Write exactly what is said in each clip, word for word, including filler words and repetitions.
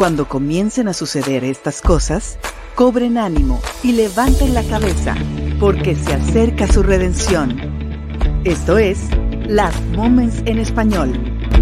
Cuando comiencen a suceder estas cosas, cobren ánimo y levanten la cabeza, porque se acerca su redención. Esto es Last Moments en español.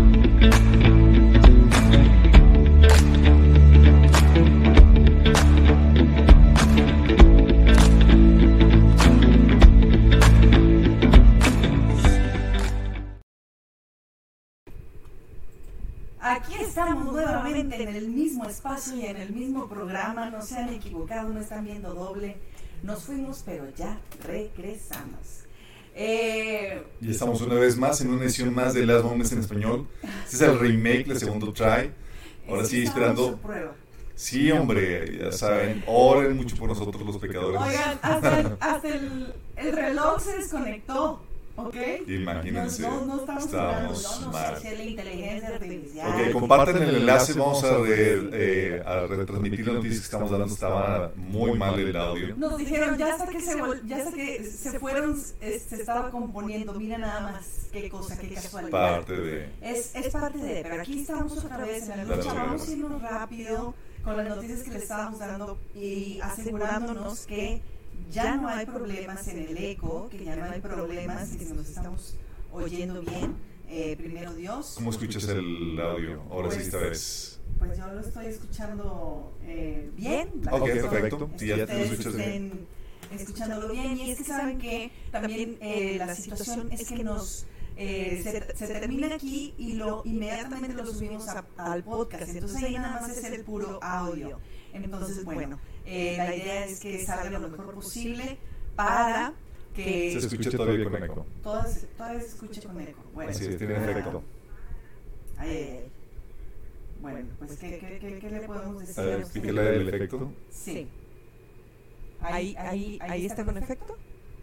Aquí estamos nuevamente en el mismo espacio y en el mismo programa. No se han equivocado, no están viendo doble. Nos fuimos, pero ya regresamos. Eh, y estamos una vez más en una edición más de Last Moments en español. Este es el remake, el segundo try. Ahora sí, esperando. Sí, hombre, ya saben, oren mucho por nosotros los pecadores. Oigan, hasta el, hasta el, el reloj se desconectó. ¿Ok? Imagínense. No, no, no estamos estábamos hablando, no, mal. No sé si la inteligencia artificial. Ok, comparten el enlace. Vamos a, re, eh, a retransmitir las noticias que estamos dando. Estaba muy mal el audio. Nos dijeron, ya hasta que se, ya hasta que se fueron, eh, se estaba componiendo. Mira nada más qué cosa, qué casualidad. Parte de. Es, es parte de. Pero aquí estamos otra vez en la lucha. Vamos a irnos rápido con las noticias que le estábamos dando y asegurándonos que ya no hay problemas en el eco, que ya no hay problemas, que nos estamos oyendo bien. Eh, primero Dios. ¿Cómo escuchas el audio? Ahora pues, sí, esta vez. Pues yo lo estoy escuchando eh, bien. Ok, perfecto. Si ya te lo escuchas bien. Escuchándolo bien. Y es que saben que también eh, la situación es que nos eh, se, se termina aquí y lo inmediatamente lo subimos a, al podcast. Entonces ahí nada más es el puro audio. Entonces, bueno, eh, la idea es que salga lo mejor posible para que se escuche todavía con eco. Todas, todavía se escuche con eco. Bueno, así es, tiene efecto. Ay, ay, ay. Bueno, pues ¿qué, qué, qué, qué le podemos decir? A ver, explíquele el efecto. Sí. Ahí, ahí, ahí está con efecto.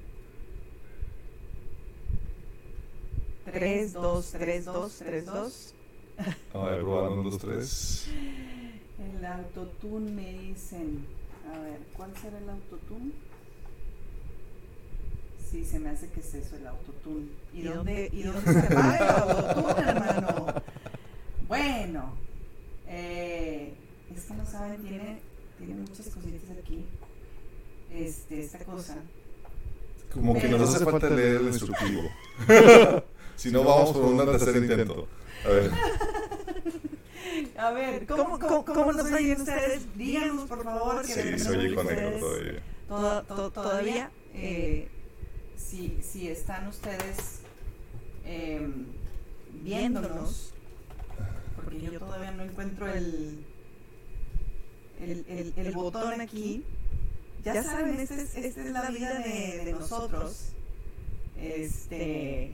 tres, dos, tres, dos, tres, dos. A ver, probando, uno, dos, tres. El autotune me dicen. A ver, ¿cuál será el autotune? Sí, se me hace que es eso, el autotune. ¿Y dónde, ¿y dónde se va el autotune, hermano? Bueno, eh, es que no saben, tiene, tiene muchas cositas aquí. Este, esta cosa. Como Pero, que nos hace falta leer el instructivo. Si no, vamos por un tercer intento. A ver. A ver, ¿cómo, cómo, cómo nos oyen ustedes? Díganos, por favor. Que sí, se oye con eco todavía. Todo, todo, todavía, eh, si, si están ustedes eh, viéndonos, porque yo todavía no encuentro el, el, el, el botón aquí. Ya saben, esta es, esta es la vida de, de nosotros. Este...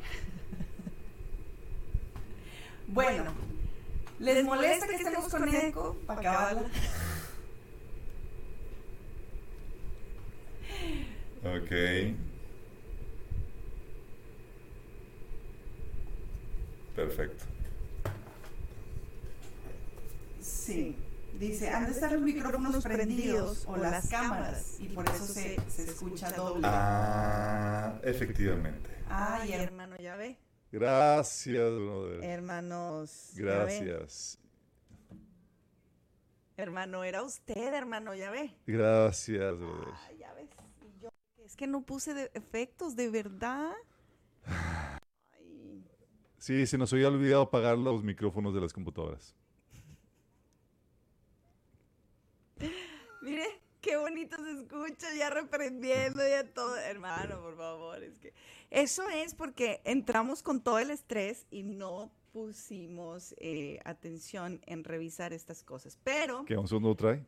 Bueno, ¿les molesta que estemos con eco? Para acabarla. Ok. Perfecto. Sí. Dice, han de estar los micrófonos prendidos o las cámaras y por eso se, se escucha doble. Ah, efectivamente. Ay, hermano, ya ve. Gracias, brother. Hermanos. Gracias. Hermano, era usted, hermano, ya ve. Gracias, brother. Ay, ya ves. Y yo, es que no puse de efectos, de verdad. Ay. Sí, se nos había olvidado apagar los micrófonos de las computadoras. Mire, qué bonito se escucha, ya reprendiendo, ya todo. Hermano, por favor, es que... Eso es porque entramos con todo el estrés y no pusimos eh, atención en revisar estas cosas, pero... ¿Qué, un segundo trae?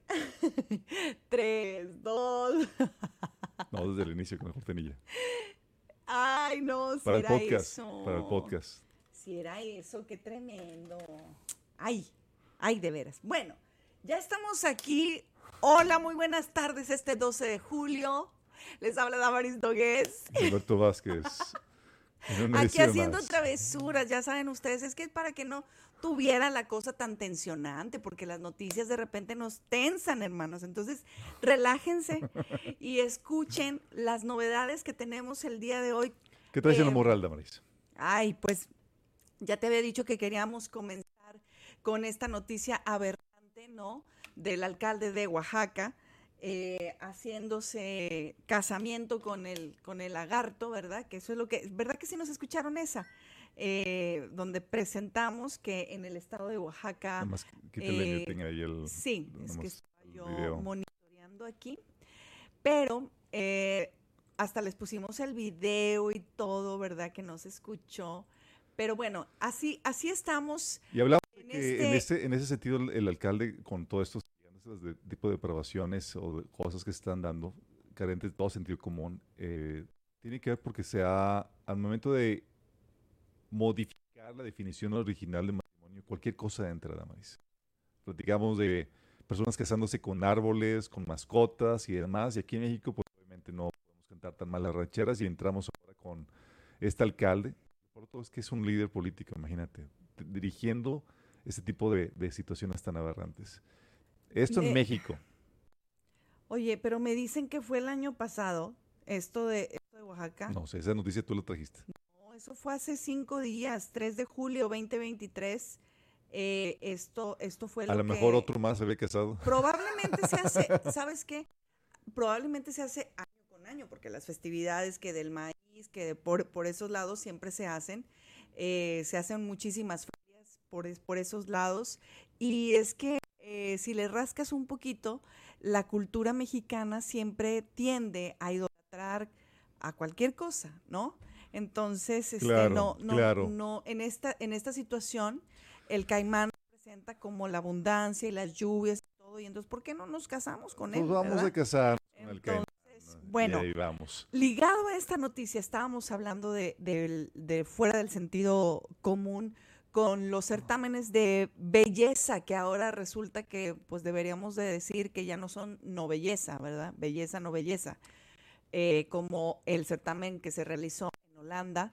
Tres, dos... No, desde el inicio con la cortinilla. Ay, no, si para era el podcast, eso. Para el podcast. Si era eso, qué tremendo. Ay, ay, de veras. Bueno, ya estamos aquí. Hola, muy buenas tardes este doce de julio. Les habla Damaris Nogués. Roberto Vázquez. Aquí haciendo más. travesuras, ya saben ustedes, es que para que no tuviera la cosa tan tensionante, porque las noticias de repente nos tensan, hermanos. Entonces, relájense y escuchen las novedades que tenemos el día de hoy. ¿Qué traes eh, en la moral, Damaris? Ay, pues ya te había dicho que queríamos comenzar con esta noticia aberrante ¿no? Del alcalde de Oaxaca, eh, haciéndose casamiento con el, con el lagarto, ¿verdad? Que eso es lo que, ¿verdad que sí nos escucharon esa? Eh, donde presentamos que en el estado de Oaxaca... Nada más quítale eh, que tenga ahí el... sí, nada es que más estaba el yo video. monitoreando aquí, pero eh, hasta les pusimos el video y todo, ¿verdad? Que no se escuchó, pero bueno, así, así estamos. Y hablamos de en que en, este- ese, en ese sentido el, el alcalde con todos estos de, tipo de depravaciones o de cosas que se están dando, carentes de todo sentido común, eh, tiene que ver porque se ha, al momento de modificar la definición original de matrimonio, cualquier cosa entra, Damaris. Platicamos de personas casándose con árboles, con mascotas y demás, y aquí en México pues obviamente no podemos cantar tan mal las rancheras y entramos ahora con este alcalde. Por todo es que es un líder político, imagínate, dirigiendo este tipo de, de situaciones tan aberrantes. Esto en me- México. Oye, pero me dicen que fue el año pasado, esto de, esto de Oaxaca. No sé, esa noticia tú la trajiste. No, eso fue hace cinco días, tres de julio veinte veintitrés. Eh, esto, esto fue A lo lo que... mejor otro más se había casado. Probablemente se hace, ¿sabes qué? Probablemente se hace año con año, porque las festividades que del maíz, que de por, por esos lados siempre se hacen, eh, se hacen muchísimas ferias por, es- por esos lados, y es que eh, si le rascas un poquito, la cultura mexicana siempre tiende a idolatrar a cualquier cosa, ¿no? Entonces, este, Claro, no, no, claro. no, en esta, en esta situación, el caimán representa como la abundancia y las lluvias y todo, y entonces, ¿por qué no nos casamos con él? Pues vamos ¿verdad? a casarnos con el caimán. Entonces, ¿no? bueno, Y ahí vamos. ligado a esta noticia, estábamos hablando de, del- de fuera del sentido común con los certámenes de belleza, que ahora resulta que pues deberíamos de decir que ya no son no belleza, ¿verdad? Belleza, no belleza. Eh, como el certamen que se realizó en Holanda,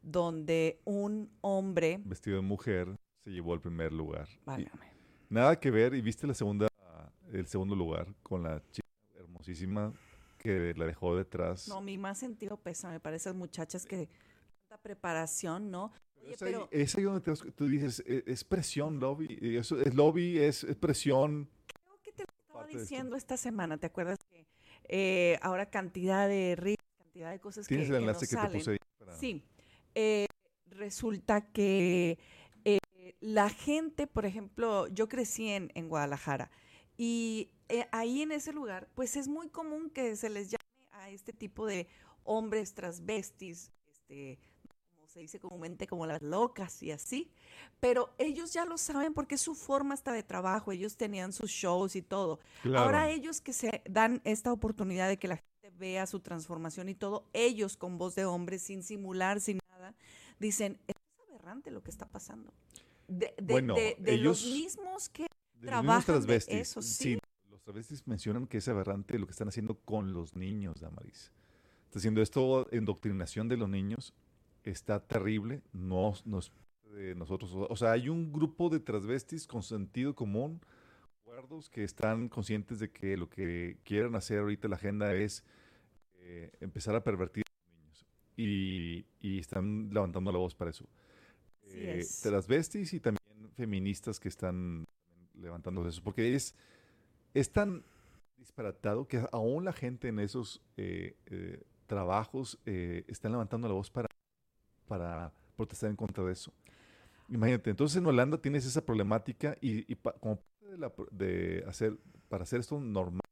donde un hombre... Vestido de mujer se llevó al primer lugar. Y Válgame. nada que ver, y viste la segunda, el segundo lugar con la chica hermosísima que la dejó detrás. No, mi más sentido pésame para esas muchachas que tanta preparación, ¿no? Oye, es, ahí, pero es ahí donde te das- tú dices, es, es presión, lobby. y Eso, es lobby, es, es presión. creo que te lo estaba Parte de esto. diciendo esta semana, ¿te acuerdas que eh, ahora cantidad de reels, cantidad de cosas que, Tienes el que enlace nos que te salen? puse ahí. Para... Sí, eh, resulta que eh, la gente, por ejemplo, yo crecí en, en Guadalajara y eh, ahí en ese lugar, pues es muy común que se les llame a este tipo de hombres transvestis, este, como se dice comúnmente, como las locas y así, pero ellos ya lo saben porque es su forma hasta de trabajo, ellos tenían sus shows y todo. Claro. Ahora ellos que se dan esta oportunidad de que la gente vea su transformación y todo, ellos con voz de hombre, sin simular, sin nada, dicen, es aberrante lo que está pasando. De, de, Bueno, de, de ellos- los mismos que De los mismos trabajan de transvestis. eso, sí. Los travestis mencionan que es aberrante lo que están haciendo con los niños, Damaris. Está haciendo esto, indoctrinación de los niños, está terrible, no nos de nosotros, o sea, hay un grupo de transvestis con sentido común, cuerdos, que están conscientes de que lo que quieren hacer ahorita la agenda es eh, empezar a pervertir a los niños y, y están levantando la voz para eso. Así Eh, es. transvestis y también feministas que están levantando eso, porque es, es tan disparatado que aún la gente en esos eh, eh, trabajos eh, están levantando la voz para, para protestar en contra de eso. Imagínate, entonces en Holanda tienes esa problemática y, y pa- como parte de, la, de hacer, para hacer esto normal,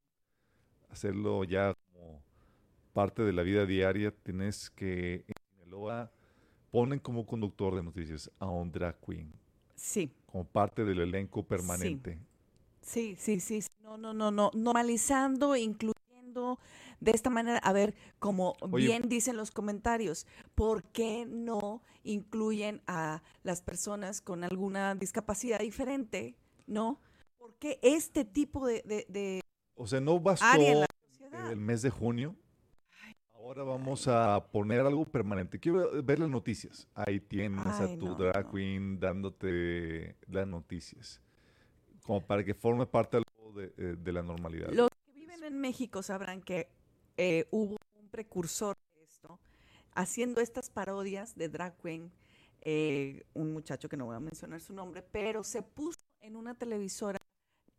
hacerlo ya como parte de la vida diaria, tienes que en Sinaloa ponen como conductor de noticias a un drag queen, Sí, como parte del elenco permanente. sí, sí, sí. sí. No, no, no, no. Normalizando, incluyendo de esta manera. A ver, como Oye, bien dicen los comentarios, ¿por qué no incluyen a las personas con alguna discapacidad diferente? ¿No? ¿Por qué este tipo de, de, de o sea, no bastó área en la sociedad? el mes de junio. Ahora vamos a poner algo permanente. Quiero ver las noticias. Ahí tienes Ay, a tu no, drag no. queen dándote las noticias. Como para que forme parte algo de, eh, de la normalidad. Los que viven en México sabrán que eh, hubo un precursor de esto, haciendo estas parodias de drag queen, eh, un muchacho que no voy a mencionar su nombre, pero se puso en una televisora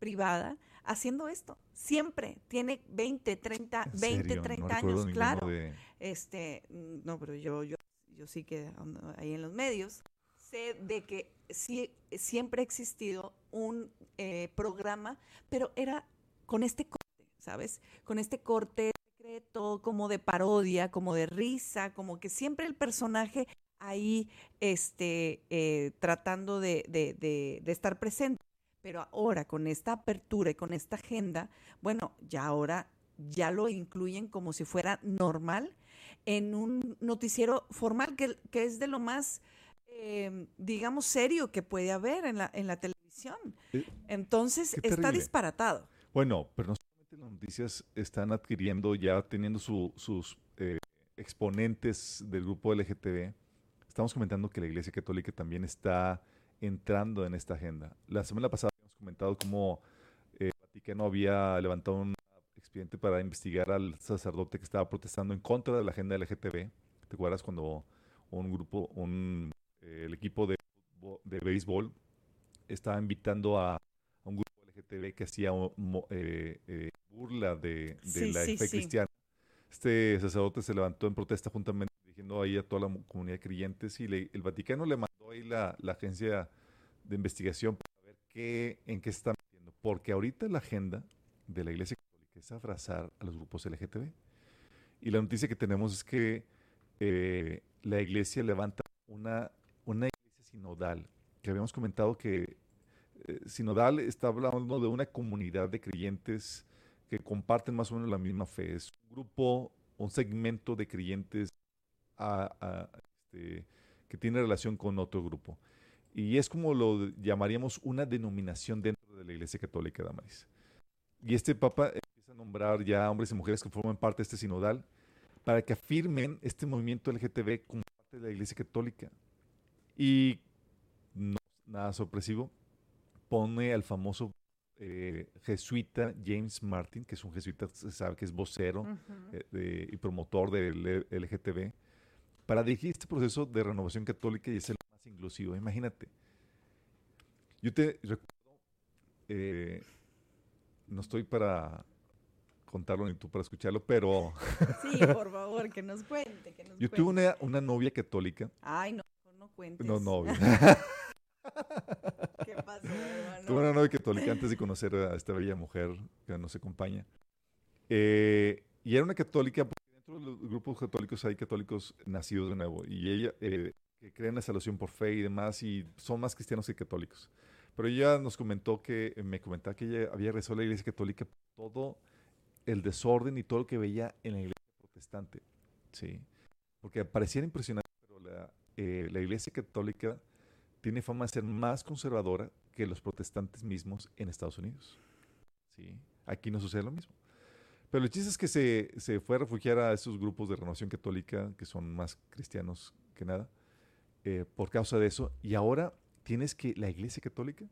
privada haciendo esto. Siempre tiene veinte, treinta, veinte, serio? treinta No años, claro. De... Este, no, pero yo, yo, yo sí que ahí en los medios sé de que sí, siempre ha existido un eh, programa, pero era con este corte, ¿sabes? Con este corte secreto, como de parodia, como de risa, como que siempre el personaje ahí este, eh, tratando de, de, de, de estar presente. Pero ahora con esta apertura y con esta agenda, bueno, ya ahora ya lo incluyen como si fuera normal en un noticiero formal que, que es de lo más, eh, digamos, serio que puede haber en la, en la televisión. Entonces está disparatado. Bueno, pero no solamente las noticias están adquiriendo, ya teniendo su, sus eh, exponentes del grupo L G T B. Estamos comentando que la Iglesia Católica también está entrando en esta agenda. La semana pasada hemos comentado cómo eh, el Vaticano había levantado un expediente para investigar al sacerdote que estaba protestando en contra de la agenda L G T B. ¿Te acuerdas cuando un grupo, un, eh, el equipo de, de béisbol estaba invitando a, a un grupo L G T B que hacía eh, eh, burla de, de sí, la sí, fe sí. cristiana? Este sacerdote se levantó en protesta juntamente dirigiendo ahí a toda la comunidad de creyentes y le, el Vaticano le mandó ahí la, la agencia de investigación para ver qué, en qué se está metiendo. Porque ahorita la agenda de la Iglesia Católica es abrazar a los grupos L G T B. Y la noticia que tenemos es que eh, la Iglesia levanta una, una iglesia sinodal, que habíamos comentado que eh, sinodal está hablando de una comunidad de creyentes que comparten más o menos la misma fe. Es un grupo, un segmento de creyentes a, a, este, que tiene relación con otro grupo. Y es como lo llamaríamos una denominación dentro de la Iglesia Católica, Damaris. Y este Papa empieza a nombrar ya hombres y mujeres que forman parte de este sinodal para que afirmen este movimiento L G T B como parte de la Iglesia Católica. Y no nada sorpresivo, pone al famoso eh, jesuita James Martin, que es un jesuita, se sabe que es vocero uh-huh. eh, de, y promotor del L G T B, para dirigir este proceso de renovación católica y hacerlo más inclusivo. Imagínate. Yo te recuerdo, eh, no estoy para contarlo ni tú para escucharlo, pero... Sí, por favor, que nos cuente. Que nos Yo cuente. tuve una, una novia católica. Ay, no, no cuentes. No, novia. ¿Qué pasó, hermano? Tuve una novia católica antes de conocer a esta bella mujer que nos acompaña. Eh, y era una católica, porque dentro de los grupos católicos hay católicos nacidos de nuevo. Y ella, eh, que creen en la salvación por fe y demás, y son más cristianos que católicos. Pero ella nos comentó que, me comentaba que ella había rezado a la Iglesia Católica por todo el desorden y todo lo que veía en la Iglesia Protestante. Sí. Porque pareciera impresionante, pero la, eh, la Iglesia Católica tiene fama de ser más conservadora que los protestantes mismos en Estados Unidos. ¿Sí? Aquí no sucede lo mismo. Pero el chiste es que se, se fue a refugiar a esos grupos de renovación católica que son más cristianos que nada, eh, por causa de eso. Y ahora tienes que la Iglesia Católica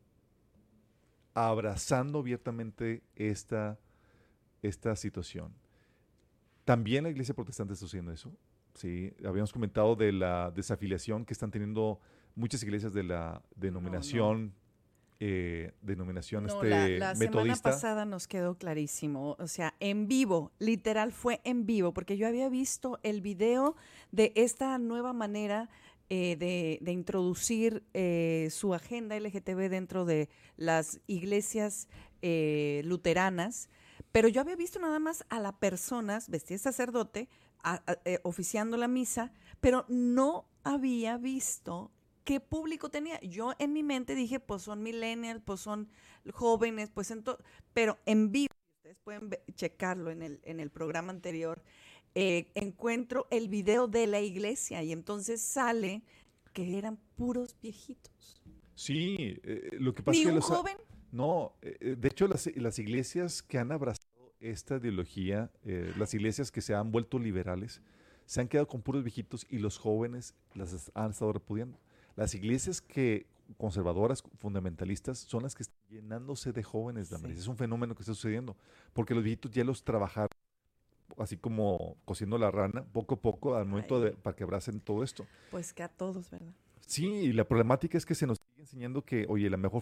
abrazando abiertamente esta, esta situación. También la Iglesia Protestante está haciendo eso. Sí, habíamos comentado de la desafiliación que están teniendo muchas iglesias de la denominación, no, no. Eh, denominación no, este, la, la metodista. La semana pasada nos quedó clarísimo, o sea, en vivo, literal fue en vivo, porque yo había visto el video de esta nueva manera eh, de, de introducir eh, su agenda L G T B dentro de las iglesias eh, luteranas, pero yo había visto nada más a las personas vestidas de sacerdote a, a, eh, oficiando la misa, pero no había visto qué público tenía. Yo en mi mente dije, pues son millennials, pues son jóvenes, pues en pero en vivo, ustedes pueden ver, checarlo en el, en el programa anterior, eh, encuentro el video de la iglesia y entonces sale que eran puros viejitos. Sí, eh, lo que pasa ¿Ni es que un los, joven? No, eh, de hecho las, las iglesias que han abrazado esta ideología, eh, las iglesias que se han vuelto liberales, se han quedado con puros viejitos y los jóvenes las han estado repudiando. Las iglesias que conservadoras, fundamentalistas, son las que están llenándose de jóvenes, Damaris. Sí. Es un fenómeno que está sucediendo, porque los viejitos ya los trabajaron, así como cociendo la rana, poco a poco, al momento de, para que abracen todo esto. Pues que a todos, ¿verdad? Sí, y la problemática es que se nos sigue enseñando que, oye, la mejor forma de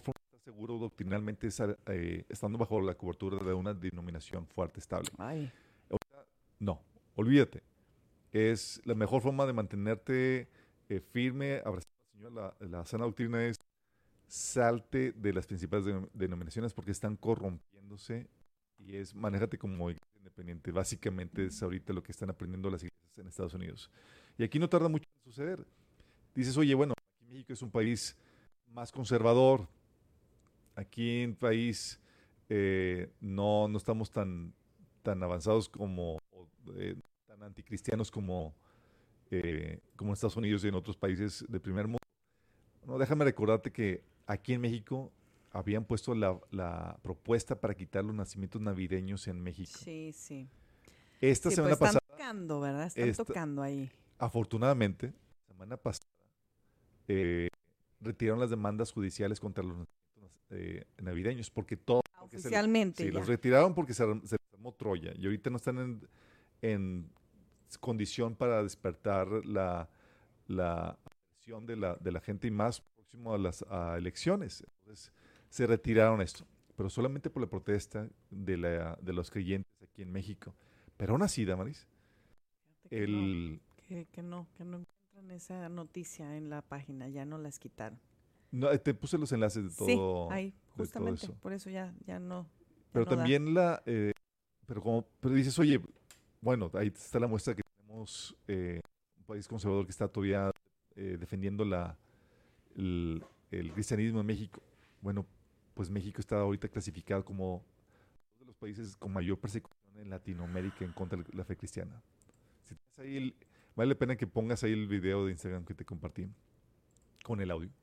seguro doctrinalmente es eh, estando bajo la cobertura de una denominación fuerte, estable. Ay. No, olvídate. Es la mejor forma de mantenerte eh, firme, abrazar al Señor. La, la sana doctrina es salte de las principales de, denominaciones porque están corrompiéndose y es manéjate como independiente. Básicamente es ahorita lo que están aprendiendo las iglesias en Estados Unidos. Y aquí no tarda mucho en suceder. Dices, oye, bueno, aquí México es un país más conservador. Aquí en país eh, no, no estamos tan, tan avanzados como, eh, tan anticristianos como, eh, como en Estados Unidos y en otros países de primer mundo. No, déjame recordarte que aquí en México habían puesto la, la propuesta para quitar los nacimientos navideños en México. Sí, sí. Esta sí, semana pues están pasada... tocando, ¿verdad? Están esta, tocando ahí. Afortunadamente, la semana pasada eh, retiraron las demandas judiciales contra los eh, navideños porque todo... Ah, porque oficialmente se, sí, ya. los retiraron porque se, se armó Troya y ahorita no están en, en condición para despertar la, la atención de la, de la gente y más próximo a las a elecciones. Entonces se retiraron esto, pero solamente por la protesta de, la, de los creyentes aquí en México. Pero aún así, Damaris, que el... No, que, que no, que no encuentran esa noticia en la página, ya no las quitaron. No, te puse los enlaces de todo, sí, ahí, justamente, de todo eso. por eso ya, ya no. Ya pero no también da. la, eh, pero como, pero dices, oye, bueno, ahí está la muestra que tenemos eh, un país conservador que está todavía eh, defendiendo la, el, el cristianismo en México. Bueno, pues México está ahorita clasificado como uno de los países con mayor persecución en Latinoamérica en contra de la fe cristiana. Si tienes ahí el, vale la pena que pongas ahí el video de Instagram que te compartí con el audio.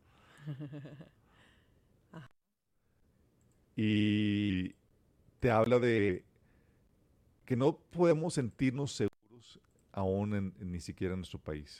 Y te habla de que no podemos sentirnos seguros aún en, en, ni siquiera en nuestro país.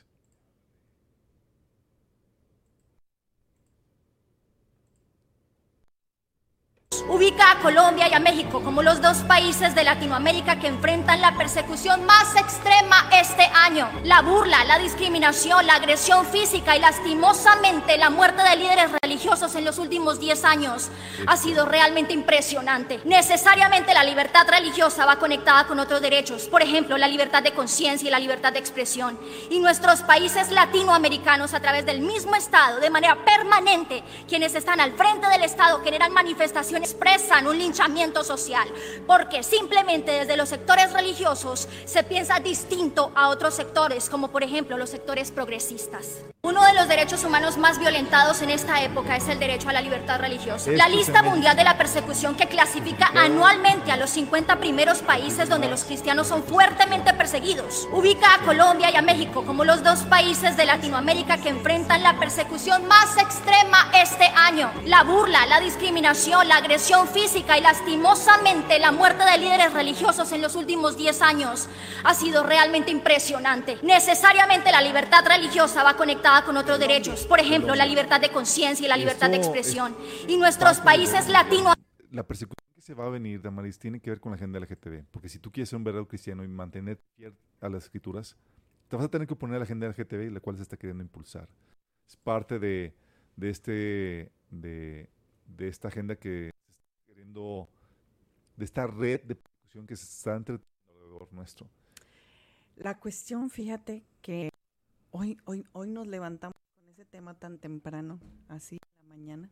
Ubica a Colombia y a México como los dos países de Latinoamérica que enfrentan la persecución más extrema este año. La burla, la discriminación, la agresión física y lastimosamente la muerte de líderes religiosos en los últimos diez años ha sido realmente impresionante. Necesariamente la libertad religiosa va conectada con otros derechos, por ejemplo, la libertad de conciencia y la libertad de expresión. Y nuestros países latinoamericanos, a través del mismo Estado, de manera permanente, quienes están al frente del Estado generan manifestaciones, expresan un linchamiento social, porque simplemente desde los sectores religiosos se piensa distinto a otros sectores, como por ejemplo los sectores progresistas. Uno de los derechos humanos más violentados en esta época es el derecho a la libertad religiosa. La lista mundial de la persecución que clasifica anualmente a los cincuenta primeros países donde los cristianos son fuertemente perseguidos ubica a Colombia y a México como los dos países de Latinoamérica que enfrentan la persecución más extrema este año. La burla, la discriminación, la agresión física y lastimosamente la muerte de líderes religiosos en los últimos diez años ha sido realmente impresionante. Necesariamente la libertad religiosa va conectada con otros derechos, por ejemplo, la libertad de conciencia y la libertad de expresión. Y nuestros países latinos... La persecución que se va a venir, Damaris, tiene que ver con la agenda L G T B, porque si tú quieres ser un verdadero cristiano y mantener fiel a las escrituras, te vas a tener que oponer a la agenda L G T B, la cual se está queriendo impulsar. Es parte de, de, este, de, de esta agenda que se está queriendo, de esta red de persecución que se está entreteniendo alrededor nuestro. La cuestión, fíjate que hoy, hoy, hoy nos levantamos con ese tema tan temprano, así en la mañana,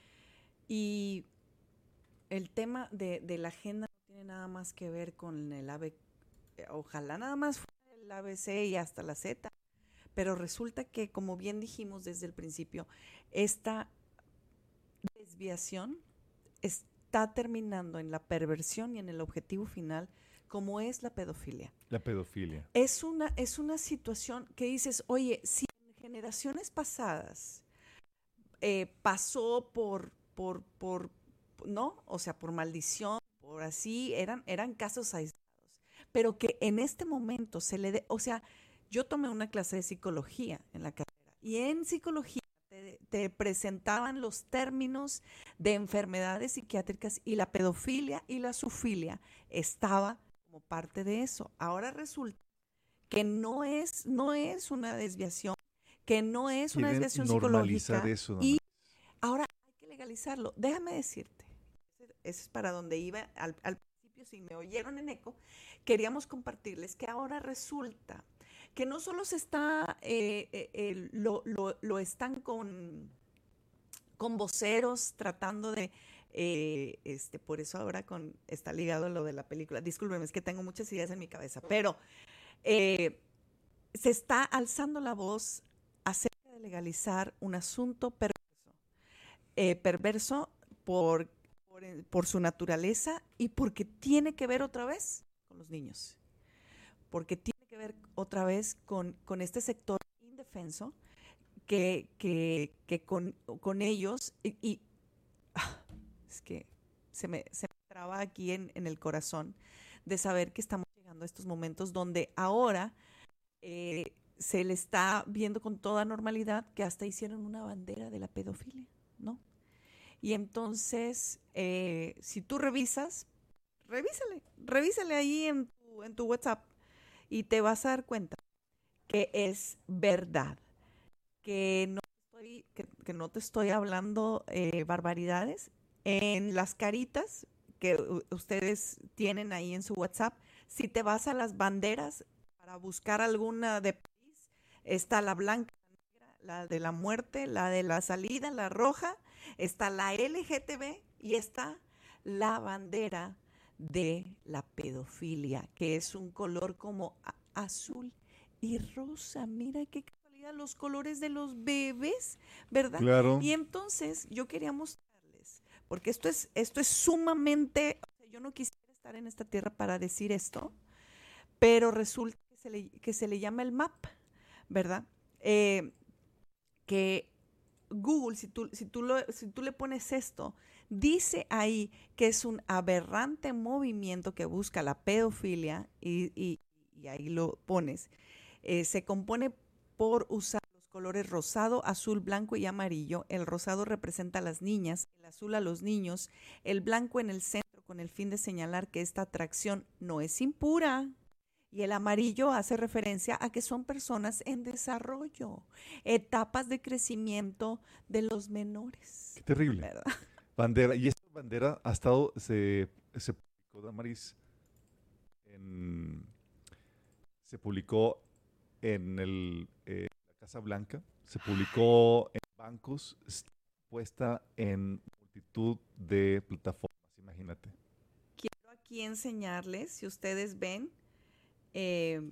y el tema de, de la agenda no tiene nada más que ver con el A B C, ojalá nada más fuera el A B C y hasta la Z, pero resulta que, como bien dijimos desde el principio, esta desviación está terminando en la perversión y en el objetivo final, como es la pedofilia. La pedofilia. Es una, es una situación que dices, oye, si en generaciones pasadas eh, pasó por, por, por, ¿no? O sea, por maldición, por así, eran, eran casos aislados, pero que en este momento se le dé, o sea, yo tomé una clase de psicología en la carrera y en psicología te, te presentaban los términos de enfermedades psiquiátricas y la pedofilia y la zoofilia estaba como parte de eso. Ahora resulta que no es, no es una desviación, que no es una Quieren desviación normalizar psicológica eso, y ahora hay que legalizarlo. Déjame decirte, eso es para donde iba al, al principio, si me oyeron en eco, queríamos compartirles que ahora resulta que no solo se está, eh, eh, eh, lo, lo, lo están con, con voceros tratando de, eh, este, por eso ahora con, está ligado a lo de la película, discúlpenme, es que tengo muchas ideas en mi cabeza, pero eh, se está alzando la voz acerca de legalizar un asunto perverso, eh, perverso por, por, por su naturaleza y porque tiene que ver otra vez con los niños, porque tiene que ver otra vez con, con este sector indefenso que, que, que con, con ellos, y, y ah, es que se me, se me traba aquí en, en el corazón de saber que estamos llegando a estos momentos donde ahora eh, se le está viendo con toda normalidad que hasta hicieron una bandera de la pedofilia, ¿no? Y entonces, eh, si tú revisas, revísale, revísale ahí en tu, en tu WhatsApp y te vas a dar cuenta que es verdad, que no estoy, que, que no te estoy hablando eh, barbaridades. En las caritas que u- ustedes tienen ahí en su WhatsApp, si te vas a las banderas para buscar alguna de país, está la blanca, la negra, la de la muerte, la de la salida, la roja, está la L G T B y está la bandera de la pedofilia, que es un color como a- azul y rosa. Mira qué casualidad, los colores de los bebés, ¿verdad? Claro. Y entonces yo quería mostrarles, porque esto es, esto es sumamente, o sea, yo no quisiera estar en esta tierra para decir esto, pero resulta que se le, que se le llama el M A P, ¿verdad? Eh, que Google, si tú, si, tú lo, si tú le pones esto, dice ahí que es un aberrante movimiento que busca la pedofilia y, y, y ahí lo pones. Eh, se compone por usar los colores rosado, azul, blanco y amarillo. El rosado representa a las niñas, el azul a los niños, el blanco en el centro con el fin de señalar que esta atracción no es impura. Y el amarillo hace referencia a que son personas en desarrollo, etapas de crecimiento de los menores. Qué terrible. ¿Verdad? Bandera. Y esta bandera ha estado, se, se publicó, Damaris, en, se publicó en el, eh, la Casa Blanca, se publicó en bancos, está puesta en multitud de plataformas, imagínate. Quiero aquí enseñarles, si ustedes ven, eh,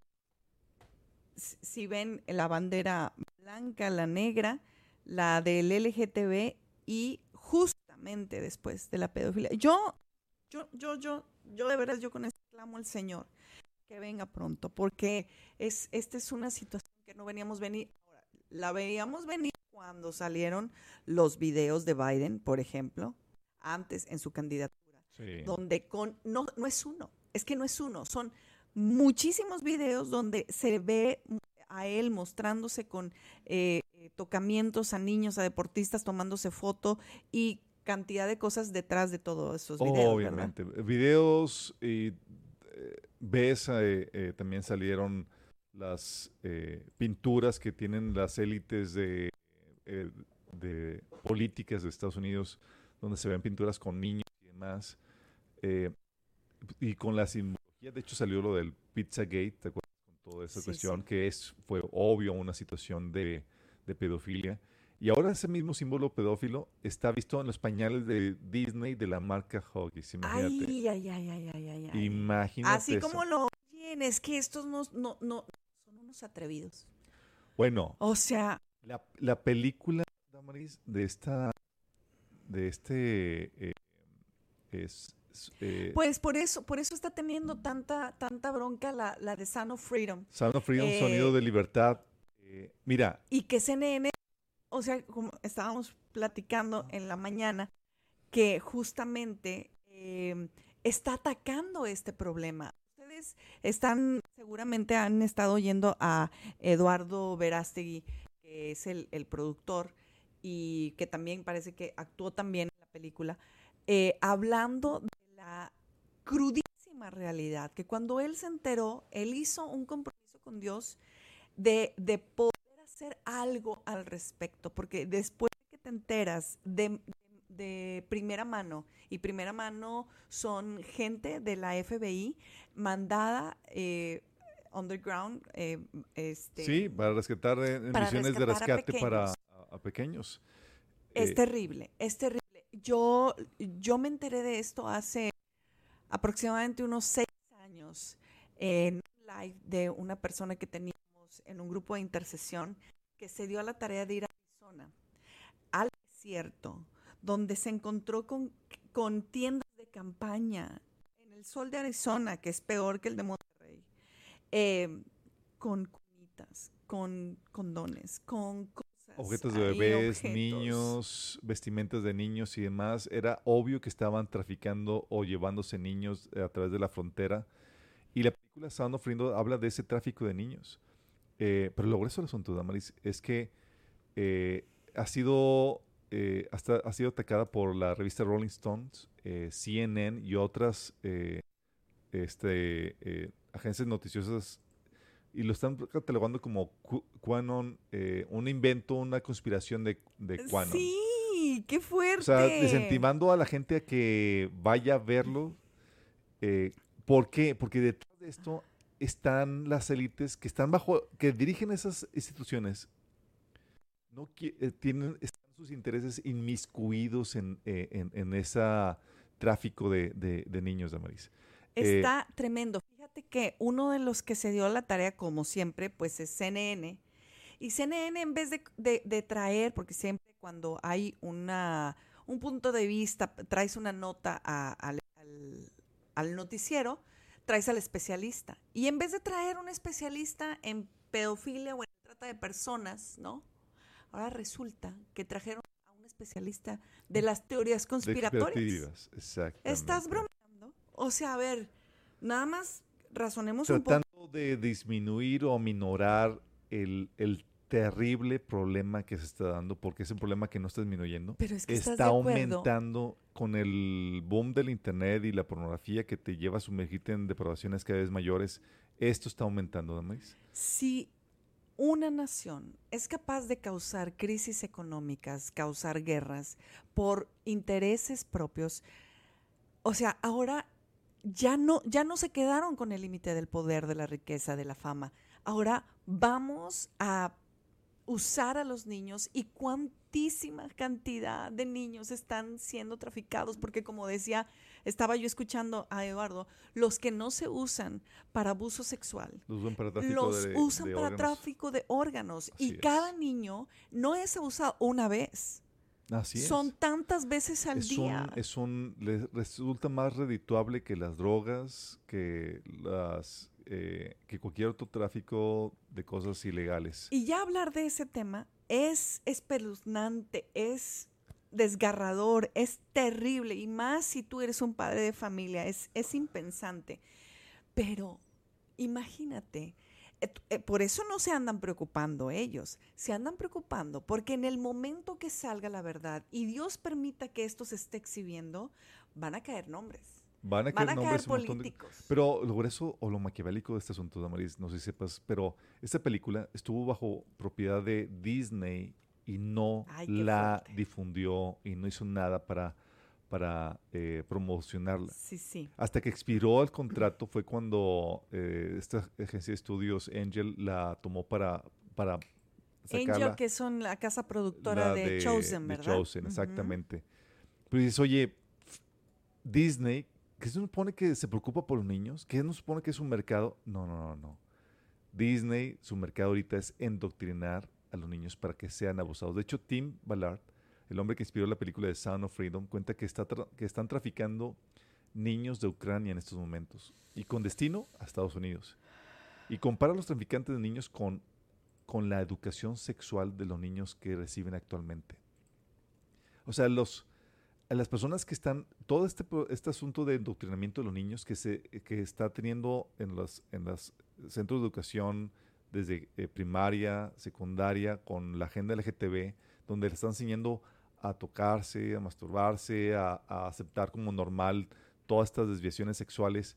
si ven la bandera blanca, la negra, la del L G T B y justamente después de la pedofilia. Yo, yo, yo, yo, yo de veras, yo con esto clamo al Señor que venga pronto, porque es, esta es una situación que no veníamos venir. Ahora, la veíamos venir cuando salieron los videos de Biden, por ejemplo, antes en su candidatura, Sí. donde con, no, no es uno, es que no es uno, son muchísimos videos donde se ve a él mostrándose con eh, eh, tocamientos a niños, a deportistas, tomándose foto y cantidad de cosas detrás de todos esos videos. Obviamente. ¿Verdad? Videos y eh, ves, eh, eh, también salieron las eh, pinturas que tienen las élites de, eh, de políticas de Estados Unidos, donde se ven pinturas con niños y demás. Eh, y con la simbología, de hecho salió lo del Pizzagate, ¿te acuerdas? Con toda esa Sí, cuestión, sí. que es, fue obvio una situación de, de pedofilia. Y ahora ese mismo símbolo pedófilo está visto en los pañales de Disney de la marca Huggies, imagínate. Ay, ay, ay, ay, ay, ay, ay. Imagínate Así eso. como lo oyen, es que estos no, no, no son unos atrevidos. Bueno, O sea, la, la película, Damaris, de esta, de este, eh, es, es, eh, pues por eso, por eso está teniendo tanta, tanta bronca la, la de Sound of Freedom. Sound of Freedom, eh, Sonido de Libertad. Eh, mira, Y que C N N, o sea, como estábamos platicando en la mañana, que justamente eh, está atacando este problema. Ustedes están, seguramente han estado oyendo a Eduardo Verástegui, que es el, el productor y que también parece que actuó también en la película, eh, hablando de la crudísima realidad, que cuando él se enteró, él hizo un compromiso con Dios de, de poder hacer algo al respecto, porque después de que te enteras de, de de primera mano. Y primera mano son gente de la F B I mandada eh, underground. Eh, este, Sí, para rescatar eh, en para misiones de rescatar a rescate para pequeños. a, a pequeños. Es Eh, terrible, es terrible. Yo, yo me enteré de esto hace aproximadamente unos seis años en un live de una persona que teníamos en un grupo de intercesión que se dio a la tarea de ir a Arizona, al desierto, donde se encontró con, con tiendas de campaña en el sol de Arizona, que es peor que el de Monterrey, eh, con cunitas, con condones, con cosas. Objetos de ahí, bebés, objetos. niños, vestimentas de niños y demás. Era obvio que estaban traficando o llevándose niños eh, a través de la frontera. Y la película Sound of Freedom habla de ese tráfico de niños. Eh, pero lo grueso del asunto, Damaris, es que eh, ha sido eh, hasta, ha sido atacada por la revista Rolling Stones, eh, C N N y otras eh, este, eh, agencias noticiosas y lo están catalogando como Qu- QAnon, eh, un invento, una conspiración de, de QAnon. Sí, qué fuerte. O sea, desintimando a la gente a que vaya a verlo. Eh, ¿Por qué? Porque detrás de esto están las élites que están bajo, que dirigen esas instituciones. No qui- eh, tienen, están sus intereses inmiscuidos en, eh, en, en ese tráfico de, de, de niños, Damaris. Eh, Está tremendo. Fíjate que uno de los que se dio la tarea, como siempre, pues es C N N. Y C N N, en vez de, de- de traer, porque siempre cuando hay una, un punto de vista, traes una nota a- al, al- al noticiero, traes al especialista. Y en vez de traer un especialista en pedofilia o en trata de personas, ¿no? Ahora resulta que trajeron a un especialista de las teorías de conspiratorias. conspirativas, exactamente. ¿Estás bromeando? O sea, a ver, nada más razonemos un poco. Tratando de disminuir o minorar el, el terrible problema que se está dando, porque es un problema que no está disminuyendo. Pero es que estás Está de acuerdo. aumentando con el boom del internet y la pornografía que te lleva a sumergirte en depravaciones cada vez mayores. Esto está aumentando, Damaris. Si una nación es capaz de causar crisis económicas, causar guerras por intereses propios, o sea, ahora ya no, ya no se quedaron con el límite del poder, de la riqueza, de la fama. Ahora vamos a usar a los niños y cuantísima cantidad de niños están siendo traficados, porque como decía, estaba yo escuchando a Eduardo, los que no se usan para abuso sexual, Los usan para tráfico los de, usan de para órganos. tráfico de órganos. Así Y es. cada niño no es abusado una vez, Así es. son tantas veces al es día. un, es un, les resulta más redituable que las drogas, que las eh, que cualquier otro tráfico de cosas ilegales. Y ya hablar de ese tema es espeluznante, es desgarrador, es terrible, y más si tú eres un padre de familia, es, es impensante. Pero imagínate, eh, eh, por eso no se andan preocupando ellos, se andan preocupando porque en el momento que salga la verdad y Dios permita que esto se esté exhibiendo, van a caer nombres. Van a Van caer a nombres caer un montón de- políticos. Pero lo grueso o lo maquiavélico de este asunto, Damaris, no sé si sepas, pero esta película estuvo bajo propiedad de Disney y no Ay, qué la fuerte. difundió y no hizo nada para, para eh, promocionarla. Sí, sí. Hasta que expiró el contrato fue cuando eh, esta agencia de estudios Angel la tomó para, para sacarla. Angel, que son la casa productora la de, Chosen, de ¿verdad? Chosen, Ujú. exactamente. Pero dices, oye, f- Disney, que se supone que se preocupa por los niños, que no se supone que es un mercado. No, no, no, no. Disney, su mercado ahorita es endoctrinar a los niños para que sean abusados. De hecho, Tim Ballard, el hombre que inspiró la película de Sound of Freedom, cuenta que, está tra- que están traficando niños de Ucrania en estos momentos y con destino a Estados Unidos. Y compara a los traficantes de niños con, con la educación sexual de los niños que reciben actualmente. O sea, los, a las personas que están, todo este, pro- este asunto de endoctrinamiento de los niños que, se, que está teniendo en los, en los centros de educación desde eh, primaria, secundaria, con la agenda L G T B, donde le están enseñando a tocarse, a masturbarse, a, a aceptar como normal todas estas desviaciones sexuales.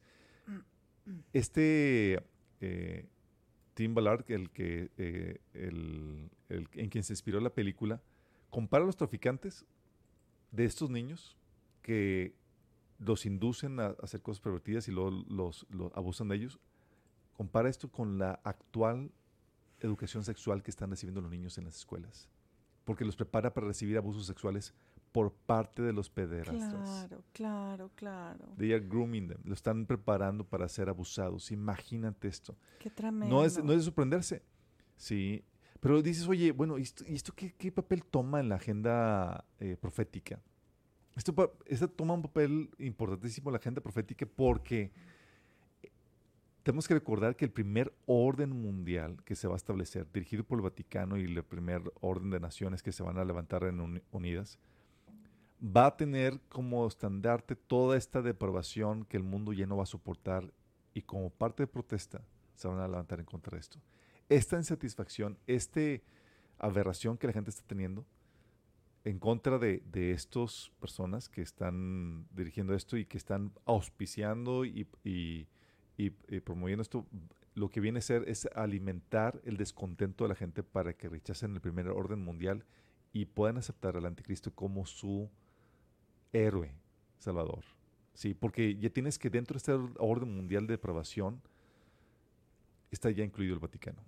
Este eh, Tim Ballard, el que, eh, el, el- en quien se inspiró la película, compara a los traficantes de estos niños que los inducen a hacer cosas pervertidas y luego los, los abusan de ellos. Compara esto con la actual educación sexual que están recibiendo los niños en las escuelas, porque los prepara para recibir abusos sexuales por parte de los pederastas. Claro, claro, claro. They are grooming them. Lo están preparando para ser abusados. Imagínate esto. Qué tremendo. No es, no es de sorprenderse. Sí. Pero dices, oye, bueno, ¿y esto, y esto qué, qué papel toma en la agenda eh, profética? Esto, esto toma un papel importantísimo en la agenda profética porque tenemos que recordar que el primer orden mundial que se va a establecer, dirigido por el Vaticano y el primer orden de naciones que se van a levantar en unidas, va a tener como estandarte toda esta depravación que el mundo ya no va a soportar y como parte de protesta se van a levantar en contra de esto. Esta insatisfacción, esta aberración que la gente está teniendo en contra de, de estas personas que están dirigiendo esto y que están auspiciando y, y, y, y promoviendo esto, lo que viene a ser es alimentar el descontento de la gente para que rechacen el primer orden mundial y puedan aceptar al anticristo como su héroe salvador. Sí, porque ya tienes que dentro de este orden mundial de depravación está ya incluido el Vaticano.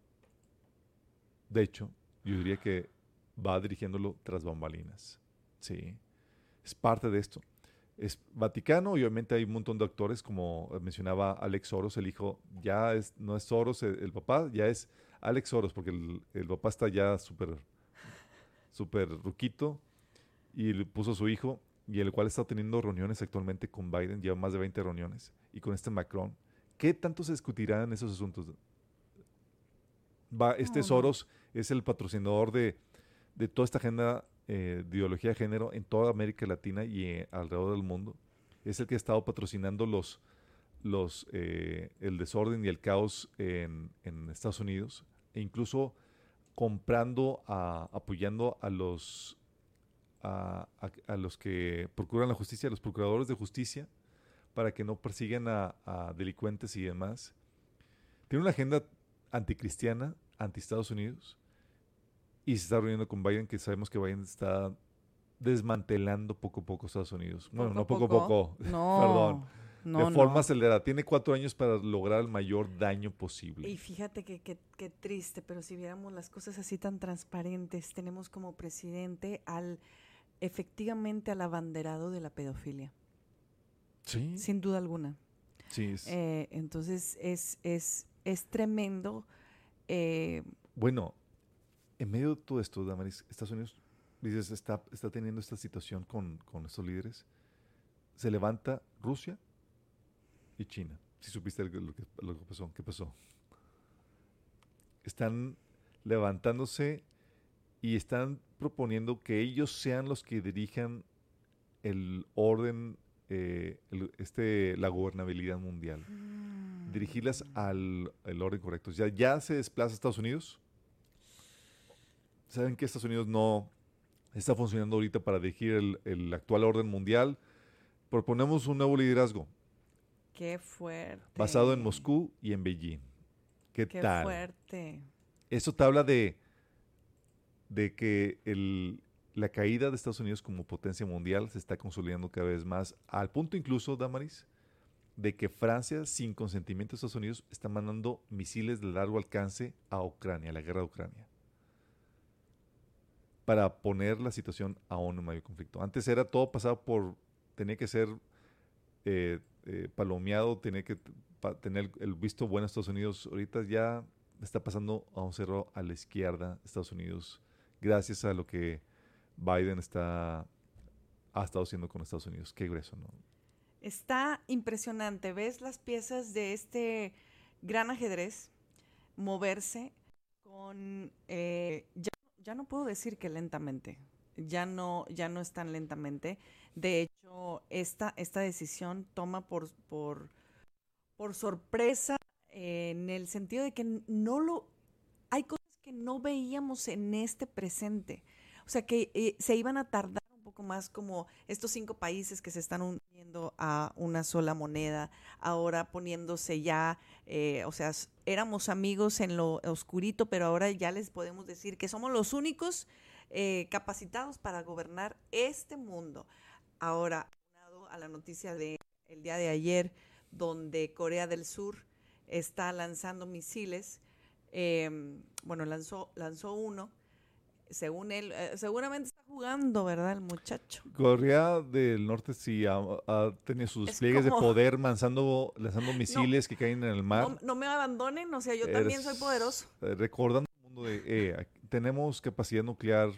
De hecho, yo diría que va dirigiéndolo tras bambalinas. Sí, es parte de esto. Es Vaticano y obviamente hay un montón de actores, como mencionaba Alex Soros, el hijo, ya es, no es Soros el, el papá, ya es Alex Soros, porque el, el papá está ya súper súper ruquito y le puso a su hijo, y el cual está teniendo reuniones actualmente con Biden, lleva más de veinte reuniones, y con este Macron. ¿Qué tanto se discutirán esos asuntos? Va, este Soros es el patrocinador de, de toda esta agenda eh, de ideología de género en toda América Latina y eh, alrededor del mundo. Es el que ha estado patrocinando los, los, eh, el desorden y el caos en, en Estados Unidos, e incluso comprando, a, apoyando a los, a, a, a los que procuran la justicia, a los procuradores de justicia, para que no persigan a, a delincuentes y demás. Tiene una agenda anticristiana, anti-Estados Unidos, y se está reuniendo con Biden, que sabemos que Biden está desmantelando poco a poco Estados Unidos. Bueno, no poco a poco, no, perdón, no, de forma no. acelerada. Tiene cuatro años para lograr el mayor daño posible. Y fíjate que, que, que triste, pero si viéramos las cosas así tan transparentes, tenemos como presidente al, efectivamente al abanderado de la pedofilia. Sí. Sin duda alguna. Sí. Es... Eh, entonces es, es, es tremendo. Eh, bueno, en medio de todo esto, Damaris, Estados Unidos, dices, está, está teniendo esta situación con, con estos líderes. Se levanta Rusia y China. Si supiste lo que, lo que pasó, ¿qué pasó? Están levantándose y están proponiendo que ellos sean los que dirijan el orden, eh, el, este, la gobernabilidad mundial. Mm. Dirigirlas al el orden correcto. Ya, ya se desplaza a Estados Unidos. Saben que Estados Unidos no está funcionando ahorita para dirigir el, el actual orden mundial. Proponemos un nuevo liderazgo. ¡Qué fuerte! Basado en Moscú y en Beijing. ¿Qué, ¡Qué tal? fuerte! Eso te habla de, de que el, la caída de Estados Unidos como potencia mundial se está consolidando cada vez más, al punto incluso, Damaris, de que Francia, sin consentimiento de Estados Unidos, está mandando misiles de largo alcance a Ucrania, a la guerra de Ucrania, para poner la situación aún en mayor conflicto. Antes era todo pasado por, tenía que ser eh, eh, palomeado, tenía que pa, tener el visto bueno a Estados Unidos. Ahorita ya está pasando a un cerro a la izquierda Estados Unidos, gracias a lo que Biden está, ha estado haciendo con Estados Unidos. Qué grueso, ¿no? Está impresionante. ¿Ves las piezas de este gran ajedrez moverse con... Eh, ya, ya no puedo decir que lentamente. Ya no, ya no es tan lentamente. De hecho, esta, esta decisión toma por, por, por sorpresa eh, en el sentido de que no lo... Hay cosas que no veíamos en este presente. O sea, que eh, se iban a tardar un poco más, como estos cinco países que se están uniendo a una sola moneda, ahora poniéndose ya, eh, o sea, éramos amigos en lo oscurito, pero ahora ya les podemos decir que somos los únicos eh, capacitados para gobernar este mundo. Ahora, a la noticia del día de ayer, donde Corea del Sur está lanzando misiles, eh, bueno, lanzó, lanzó uno, según él, eh, seguramente está jugando, ¿verdad, el muchacho? Corea del Norte sí ha, ha tenido sus despliegues de poder lanzando, lanzando misiles no, que caen en el mar. No, no me abandonen, o sea, yo Eres, también soy poderoso. Eh, recordando el mundo de, eh, tenemos capacidad nuclear,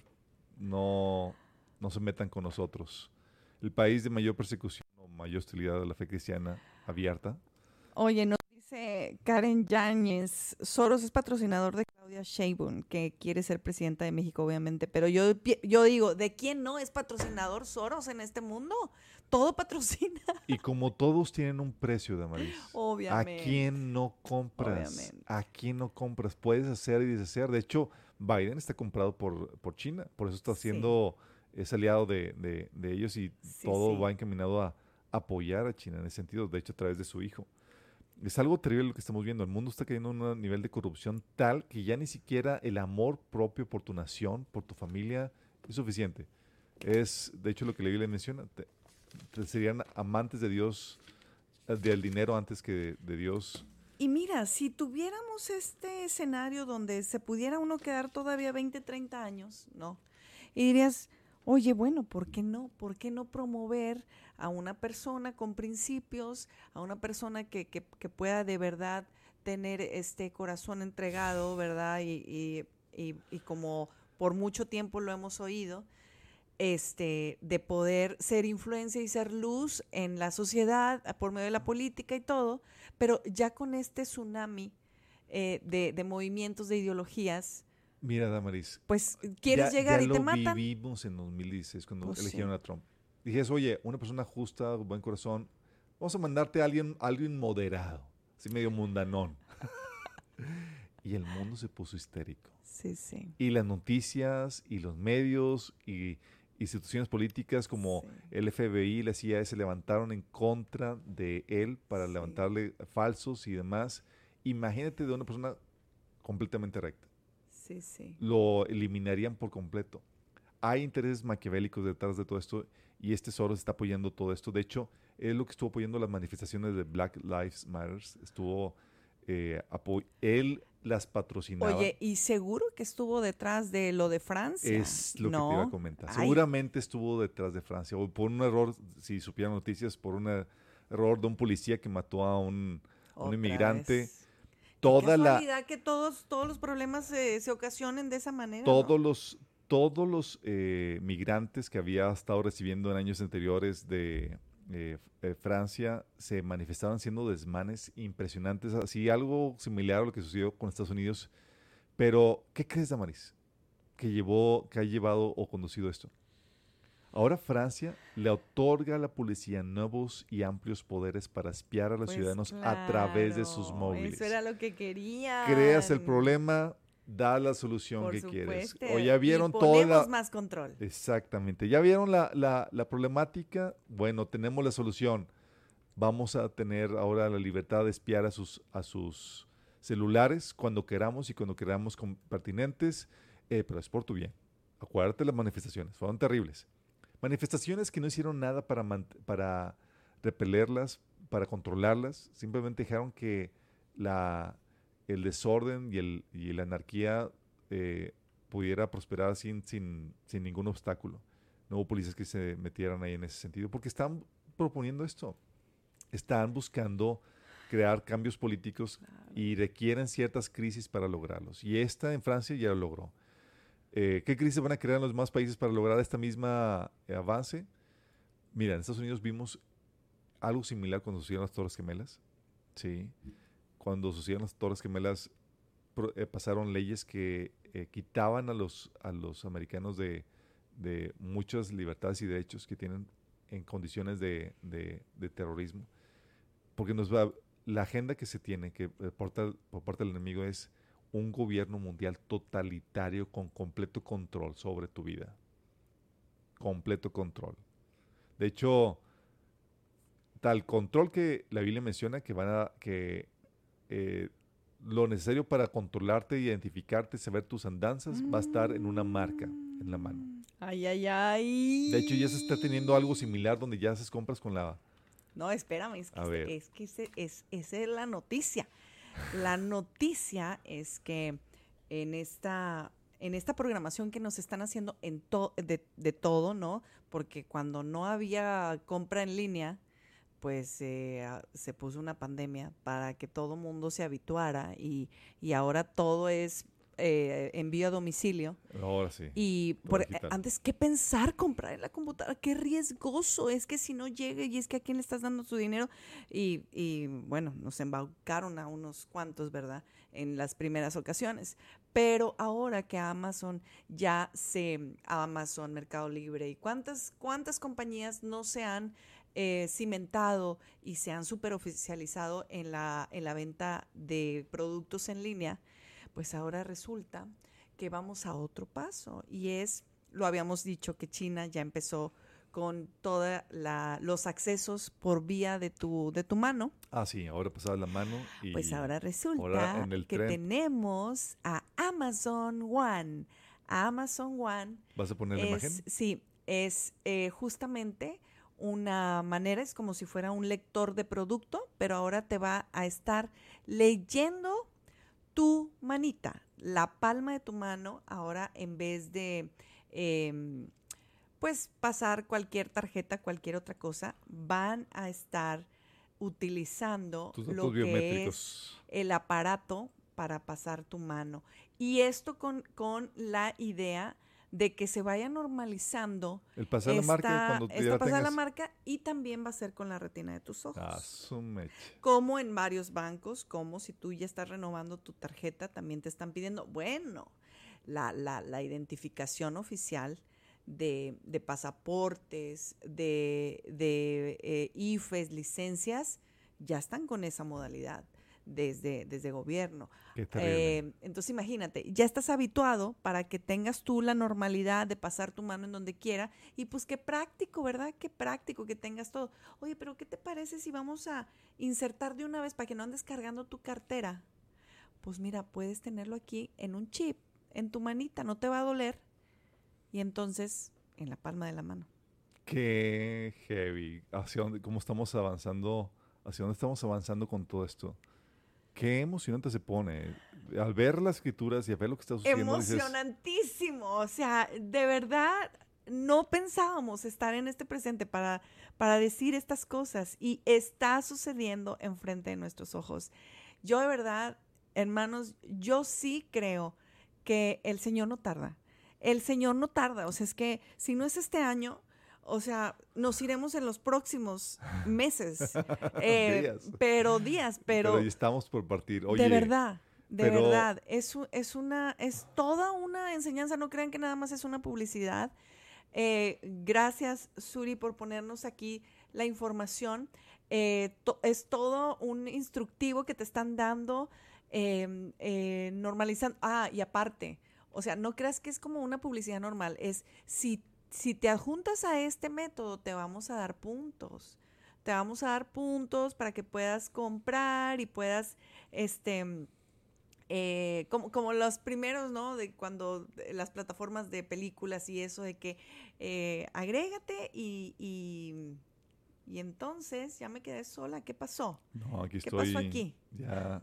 no, no se metan con nosotros. El país de mayor persecución o mayor hostilidad a la fe cristiana abierta. Oye, no dice Karen Yáñez, Soros es patrocinador de Claudia Sheinbaum, que quiere ser presidenta de México, obviamente, pero yo, yo digo, ¿de quién no es patrocinador Soros en este mundo? Todo patrocina. Y como todos tienen un precio, Damaris, obviamente. ¿A quién no compras? Obviamente. ¿A quién no compras? Puedes hacer y deshacer. De hecho, Biden está comprado por, por China, por eso está haciendo... Sí. Es aliado de, de, de ellos y sí, todo sí. va encaminado a apoyar a China en ese sentido, de hecho a través de su hijo. Es algo terrible lo que estamos viendo, el mundo está cayendo en un nivel de corrupción tal que ya ni siquiera el amor propio por tu nación, por tu familia, es suficiente. Es, de hecho, lo que la Biblia menciona, te, te serían amantes de Dios, del dinero antes que de, de Dios. Y mira, si tuviéramos este escenario donde se pudiera uno quedar todavía veinte, treinta años, ¿no? Y dirías... Oye, bueno, ¿por qué no? ¿Por qué no promover a una persona con principios, a una persona que, que, que pueda de verdad tener este corazón entregado, ¿verdad? Y, y, y, y como por mucho tiempo lo hemos oído, este, de poder ser influencia y ser luz en la sociedad por medio de la política y todo, pero ya con este tsunami eh, de, de movimientos, de ideologías. Mira, Damaris. Pues quieres ya, llegar ya y te matan. Ya lo vivimos en dos mil dieciséis cuando pues eligieron sí. a Trump. Dijes, oye, una persona justa, buen corazón, vamos a mandarte a alguien, a alguien moderado, así medio mundanón. Y el mundo se puso histérico. Sí, sí. Y las noticias, y los medios, y instituciones políticas como sí. el F B I y la C I A se levantaron en contra de él para sí. levantarle falsos y demás. Imagínate de una persona completamente recta. Sí, sí. Lo eliminarían por completo. Hay intereses maquiavélicos detrás de todo esto y este Soros está apoyando todo esto. De hecho, es lo que estuvo apoyando las manifestaciones de Black Lives Matter. Estuvo, eh, apo- él las patrocinaba. Oye, ¿y seguro que estuvo detrás de lo de Francia? Es lo ¿No? que te iba a comentar. Ay. Seguramente estuvo detrás de Francia. O por un error, si supieran noticias, por un error de un policía que mató a un, un inmigrante. Vez. Toda Qué la que todos, todos los problemas se, se ocasionen de esa manera. Todos ¿no? los, todos los eh, migrantes que había estado recibiendo en años anteriores de eh, eh, Francia se manifestaban haciendo desmanes impresionantes, así algo similar a lo que sucedió con Estados Unidos. Pero, ¿qué crees, Damaris, que llevó, que ha llevado o conducido esto? Ahora Francia le otorga a la policía nuevos y amplios poderes para espiar a los pues ciudadanos claro, a través de sus móviles. Eso era lo que querían. Creas el problema, da la solución Por que supuesto. quieres. O ya vieron y ponemos toda la... más control. Exactamente. ¿Ya vieron la, la, la problemática? Bueno, tenemos la solución. Vamos a tener ahora la libertad de espiar a sus, a sus celulares cuando queramos y cuando queramos con pertinentes, eh, pero es por tu bien. Acuérdate las manifestaciones, fueron terribles. Manifestaciones que no hicieron nada para, para repelerlas, para controlarlas, simplemente dejaron que la, el desorden y, el, y la anarquía eh, pudiera prosperar sin, sin, sin ningún obstáculo. No hubo policías que se metieran ahí en ese sentido, porque están proponiendo esto. Están buscando crear cambios políticos claro. y requieren ciertas crisis para lograrlos. Y esta en Francia ya lo logró. Eh, ¿Qué crisis van a crear en los demás países para lograr esta misma eh, avance? Mira, en Estados Unidos vimos algo similar cuando sucedieron las Torres Gemelas. Sí. Cuando sucedieron las Torres Gemelas, pro, eh, pasaron leyes que eh, quitaban a los, a los americanos de, de muchas libertades y derechos que tienen en condiciones de, de, de terrorismo. Porque nos va, la agenda que se tiene que eh, por, tal, por parte del enemigo es un gobierno mundial totalitario con completo control sobre tu vida. Completo control. De hecho, tal control que la Biblia menciona que van a que eh, lo necesario para controlarte, identificarte, saber tus andanzas, mm. va a estar en una marca. en la mano. Ay, ay, ay. De hecho, ya se está teniendo algo similar donde ya haces compras con la... No, espérame, es que, A es, ver. es que ese- es, esa es la noticia. La noticia es que en esta, en esta programación que nos están haciendo en to- de, de todo, ¿no? Porque cuando no había compra en línea, pues eh, ah, se puso una pandemia para que todo mundo se habituara y, y ahora todo es eh, envío a domicilio. Ahora sí. Y Todo por, digital. antes, ¿qué pensar comprar en la computadora? Qué riesgoso. Es que si no llega y es que a quién le estás dando tu dinero. Y, y bueno, nos embaucaron a unos cuantos, ¿verdad? En las primeras ocasiones. Pero ahora que Amazon ya se, Amazon, Mercado Libre y cuántas, cuántas compañías no se han eh, cimentado y se han super oficializado en la, en la venta de productos en línea, pues ahora resulta que vamos a otro paso y es, lo habíamos dicho que China ya empezó con todos los accesos por vía de tu, de tu mano, Ah, sí, ahora pasaba la mano y... pues ahora resulta ahora en el que tren. tenemos a Amazon One. Amazon One ¿Vas a poner la es, imagen? sí, es eh, justamente una manera, es como si fuera un lector de producto, pero ahora te va a estar leyendo tu manita, la palma de tu mano, ahora en vez de eh, pues pasar cualquier tarjeta, cualquier otra cosa, van a estar utilizando Tus lo datos que es biométricos. el aparato para pasar tu mano. Y esto con, con la idea de que se vaya normalizando El pasar la marca esta, cuando ya esta la pasar la tengas. marca y también va a ser con la retina de tus ojos Ah, su mecha. como en varios bancos, como si tú ya estás renovando tu tarjeta, también te están pidiendo, bueno, la, la, la identificación oficial de, de pasaportes, de, de eh, I F Es, licencias, ya están con esa modalidad desde, desde gobierno. Qué terrible. Eh, entonces imagínate, ya estás habituado para que tengas tú la normalidad de pasar tu mano en donde quiera y pues qué práctico, ¿verdad? Qué práctico que tengas todo. Oye, pero ¿qué te parece si vamos a insertar de una vez para que no andes cargando tu cartera? Pues mira, puedes tenerlo aquí en un chip, en tu manita, no te va a doler y entonces en la palma de la mano. Qué heavy. Hacia dónde, cómo estamos avanzando, hacia dónde estamos avanzando con todo esto. Qué emocionante se pone. Al ver las escrituras y a ver lo que está sucediendo, dices, Emocionantísimo, o sea, de verdad no pensábamos estar en este presente para, para decir estas cosas y está sucediendo enfrente de nuestros ojos. Yo de verdad, hermanos, yo sí creo que el Señor no tarda. El Señor no tarda, o sea, es que si no es este año, o sea, nos iremos en los próximos meses, eh, Días. pero días, pero, pero ya estamos por partir. Oye, de verdad, de pero- verdad, es, u- es una, es toda una enseñanza, no crean que nada más es una publicidad. Eh, gracias, Suri, por ponernos aquí la información. Eh, to- es todo un instructivo que te están dando, eh, eh, normalizando. Ah, y aparte, o sea, no creas que es como una publicidad normal, es si, si te adjuntas a este método, te vamos a dar puntos. Te vamos a dar puntos para que puedas comprar y puedas, este, eh, como, como los primeros, ¿no? De cuando de las plataformas de películas y eso de que eh, agrégate y, y, y entonces ya me quedé sola. ¿Qué pasó? no, aquí ¿Qué estoy. pasó aquí? Ya.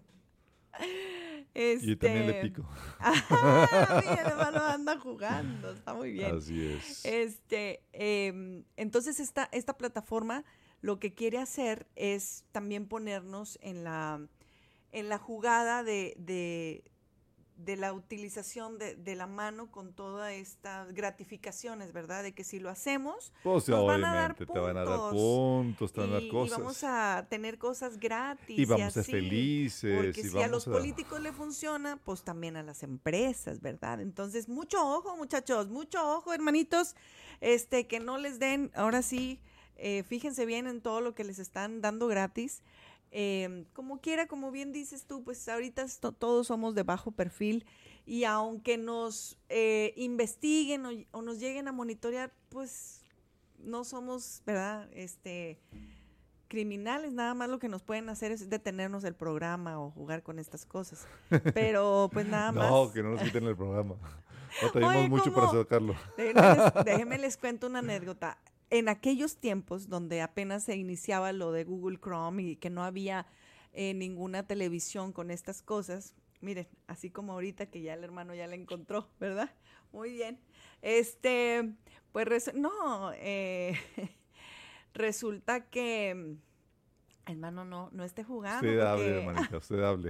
Este... Y también le pico. Ah, mi hermano anda jugando, está muy bien. Así es. Este, eh, entonces esta, esta plataforma lo que quiere hacer es también ponernos en la, en la jugada de, de, de la utilización de, de la mano con todas estas gratificaciones, ¿verdad? De que si lo hacemos, Pues nos van a dar obviamente te van a dar puntos. puntos, te van a dar y, y cosas. vamos a tener cosas gratis. Y vamos a ser así. felices. Porque y si vamos a los a- políticos le funciona, pues también a las empresas, ¿verdad? Entonces, mucho ojo, muchachos, mucho ojo, hermanitos, este, que no les den, ahora sí, eh, fíjense bien en todo lo que les están dando gratis. Eh, como quiera, como bien dices tú, pues ahorita esto- todos somos de bajo perfil y aunque nos eh, investiguen o, o nos lleguen a monitorear, pues no somos, ¿verdad? Este... criminales, nada más lo que nos pueden hacer es detenernos el programa o jugar con estas cosas. Pero pues nada más. No, que no nos quiten el programa. Batallamos Oye, mucho ¿cómo? para sacarlo. Déjenme les, déjenme les cuento una anécdota. En aquellos tiempos donde apenas se iniciaba lo de Google Chrome y que no había eh, ninguna televisión con estas cosas, miren, así como ahorita que ya el hermano ya la encontró, ¿verdad? Muy bien. Este, pues res- no, eh, resulta que, hermano, no, no esté jugando Usted hable, porque hermanita, usted hable.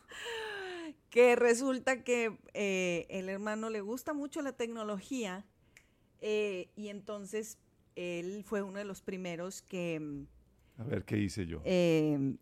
que resulta que eh, el hermano le gusta mucho la tecnología eh, y entonces él fue uno de los primeros que, A ver, ¿qué hice yo? eh,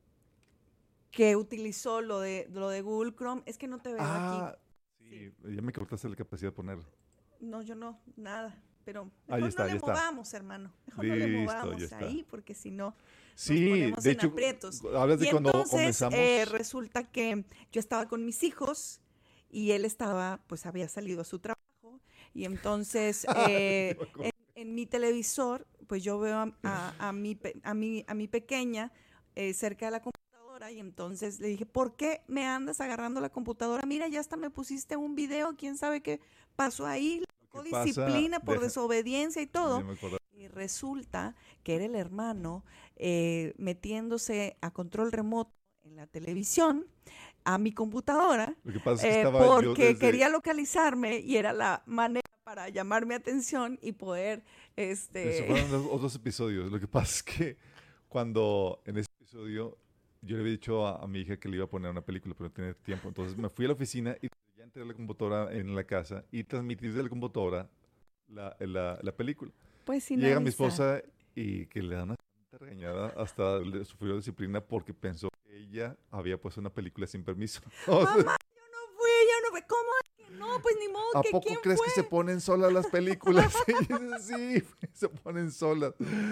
que utilizó lo de, lo de Google Chrome. Es que no te veo Ah, aquí. sí, ya me cortaste la capacidad de poner. No, yo no, nada. Pero Ah, mejor ya está, no ya le está. movamos, hermano. Mejor no le Listo, movamos ya está. ahí porque si no... Sí, ponemos de en hecho, aprietos. hablas de Y cuando entonces comenzamos. eh, resulta que yo estaba con mis hijos y él estaba, pues había salido a su trabajo y entonces eh, en, en mi televisor, pues yo veo a, a, a, mi, pe- a, mi, a mi pequeña eh, cerca de la computadora y entonces le dije, ¿por qué me andas agarrando la computadora? Mira, ya hasta me pusiste un video, quién sabe qué pasó ahí, le tocó ¿Qué pasa? disciplina por Deja- desobediencia y todo. Ya me acordé. Y resulta que era el hermano eh, metiéndose a control remoto en la televisión, a mi computadora, Lo que pasa es que eh, estaba yo porque desde... quería localizarme y era la manera para llamar mi atención y poder, Eso este... fueron los otros episodios. Lo que pasa es que cuando en ese episodio yo le había dicho a, a mi hija que le iba a poner una película, pero no tenía tiempo. Entonces me fui a la oficina y ya entré a la computadora en la casa y transmití desde la computadora la, la, la película. Pues sin Llega mi avisar. esposa y que le da una santa regañada, hasta le sufrió disciplina porque pensó que ella había puesto una película sin permiso. O sea, Mamá, yo no fui, yo no fui. ¿Cómo es que no? Pues ni modo ¿a que poco quién crees fue. que se ponen solas las películas? Y dice, sí, se ponen solas.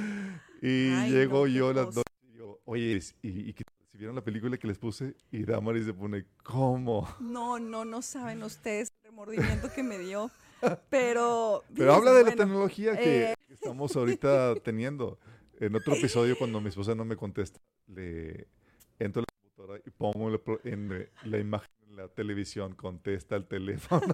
Y Ay, llego no, qué yo a las cosa. dos y digo, oye, ¿y, y qué- si vieron la película que les puse? Y Damaris se pone, ¿cómo? No, no, no saben ustedes el remordimiento que me dio. Pero... Pero habla de la bueno, tecnología que, eh, que estamos ahorita teniendo. En otro episodio, cuando mi esposa no me contesta, le entro a la computadora y pongo la, pro- en eh, la imagen en la televisión, contesta el teléfono.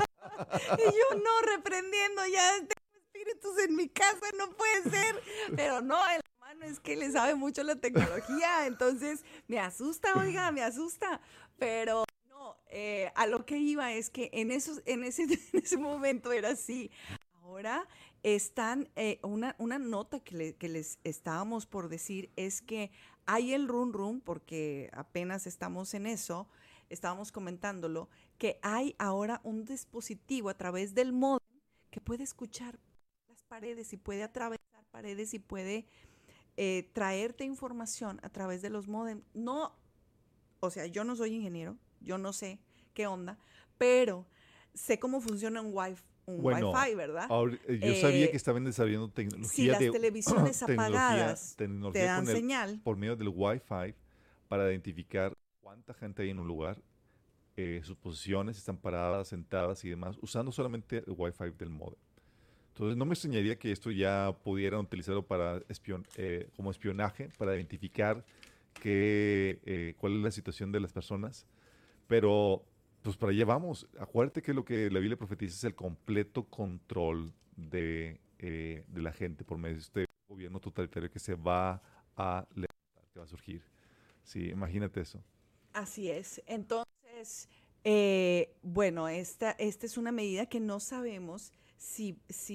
Y yo no, reprendiendo, ya tengo espíritus en mi casa, no puede ser. Pero no, el hermano es que le sabe mucho la tecnología, entonces me asusta, oiga, me asusta. Pero no, eh, a lo que iba es que en, esos, en, ese, en ese momento era así. Ahora están, eh, una, una nota que, le- que les estábamos por decir es que hay el run run, porque apenas estamos en eso, estábamos comentándolo, que hay ahora un dispositivo a través del módem que puede escuchar las paredes y puede atravesar paredes y puede eh, traerte información a través de los módem. No, o sea, yo no soy ingeniero, yo no sé qué onda, pero sé cómo funciona un Wi-Fi, un Bueno, Wi-Fi, ¿verdad? ahora, eh, yo sabía Eh, que estaban desarrollando tecnología si las de televisiones tecnología, apagadas tecnología te dan con el- señal, por medio del Wi-Fi para identificar cuánta gente hay en un lugar, eh, sus posiciones, están paradas, sentadas y demás, usando solamente el Wi-Fi del módem. Entonces, no me extrañaría que esto ya pudieran utilizarlo para espion- eh, como espionaje, para identificar qué, eh, cuál es la situación de las personas. Pero, pues para allá vamos. Acuérdate que lo que la Biblia profetiza es el completo control de, eh, de la gente por medio de este gobierno totalitario que se va a levantar, que va a surgir. Sí, imagínate eso. así es. Entonces, eh, bueno, esta, esta es una medida que no sabemos si, si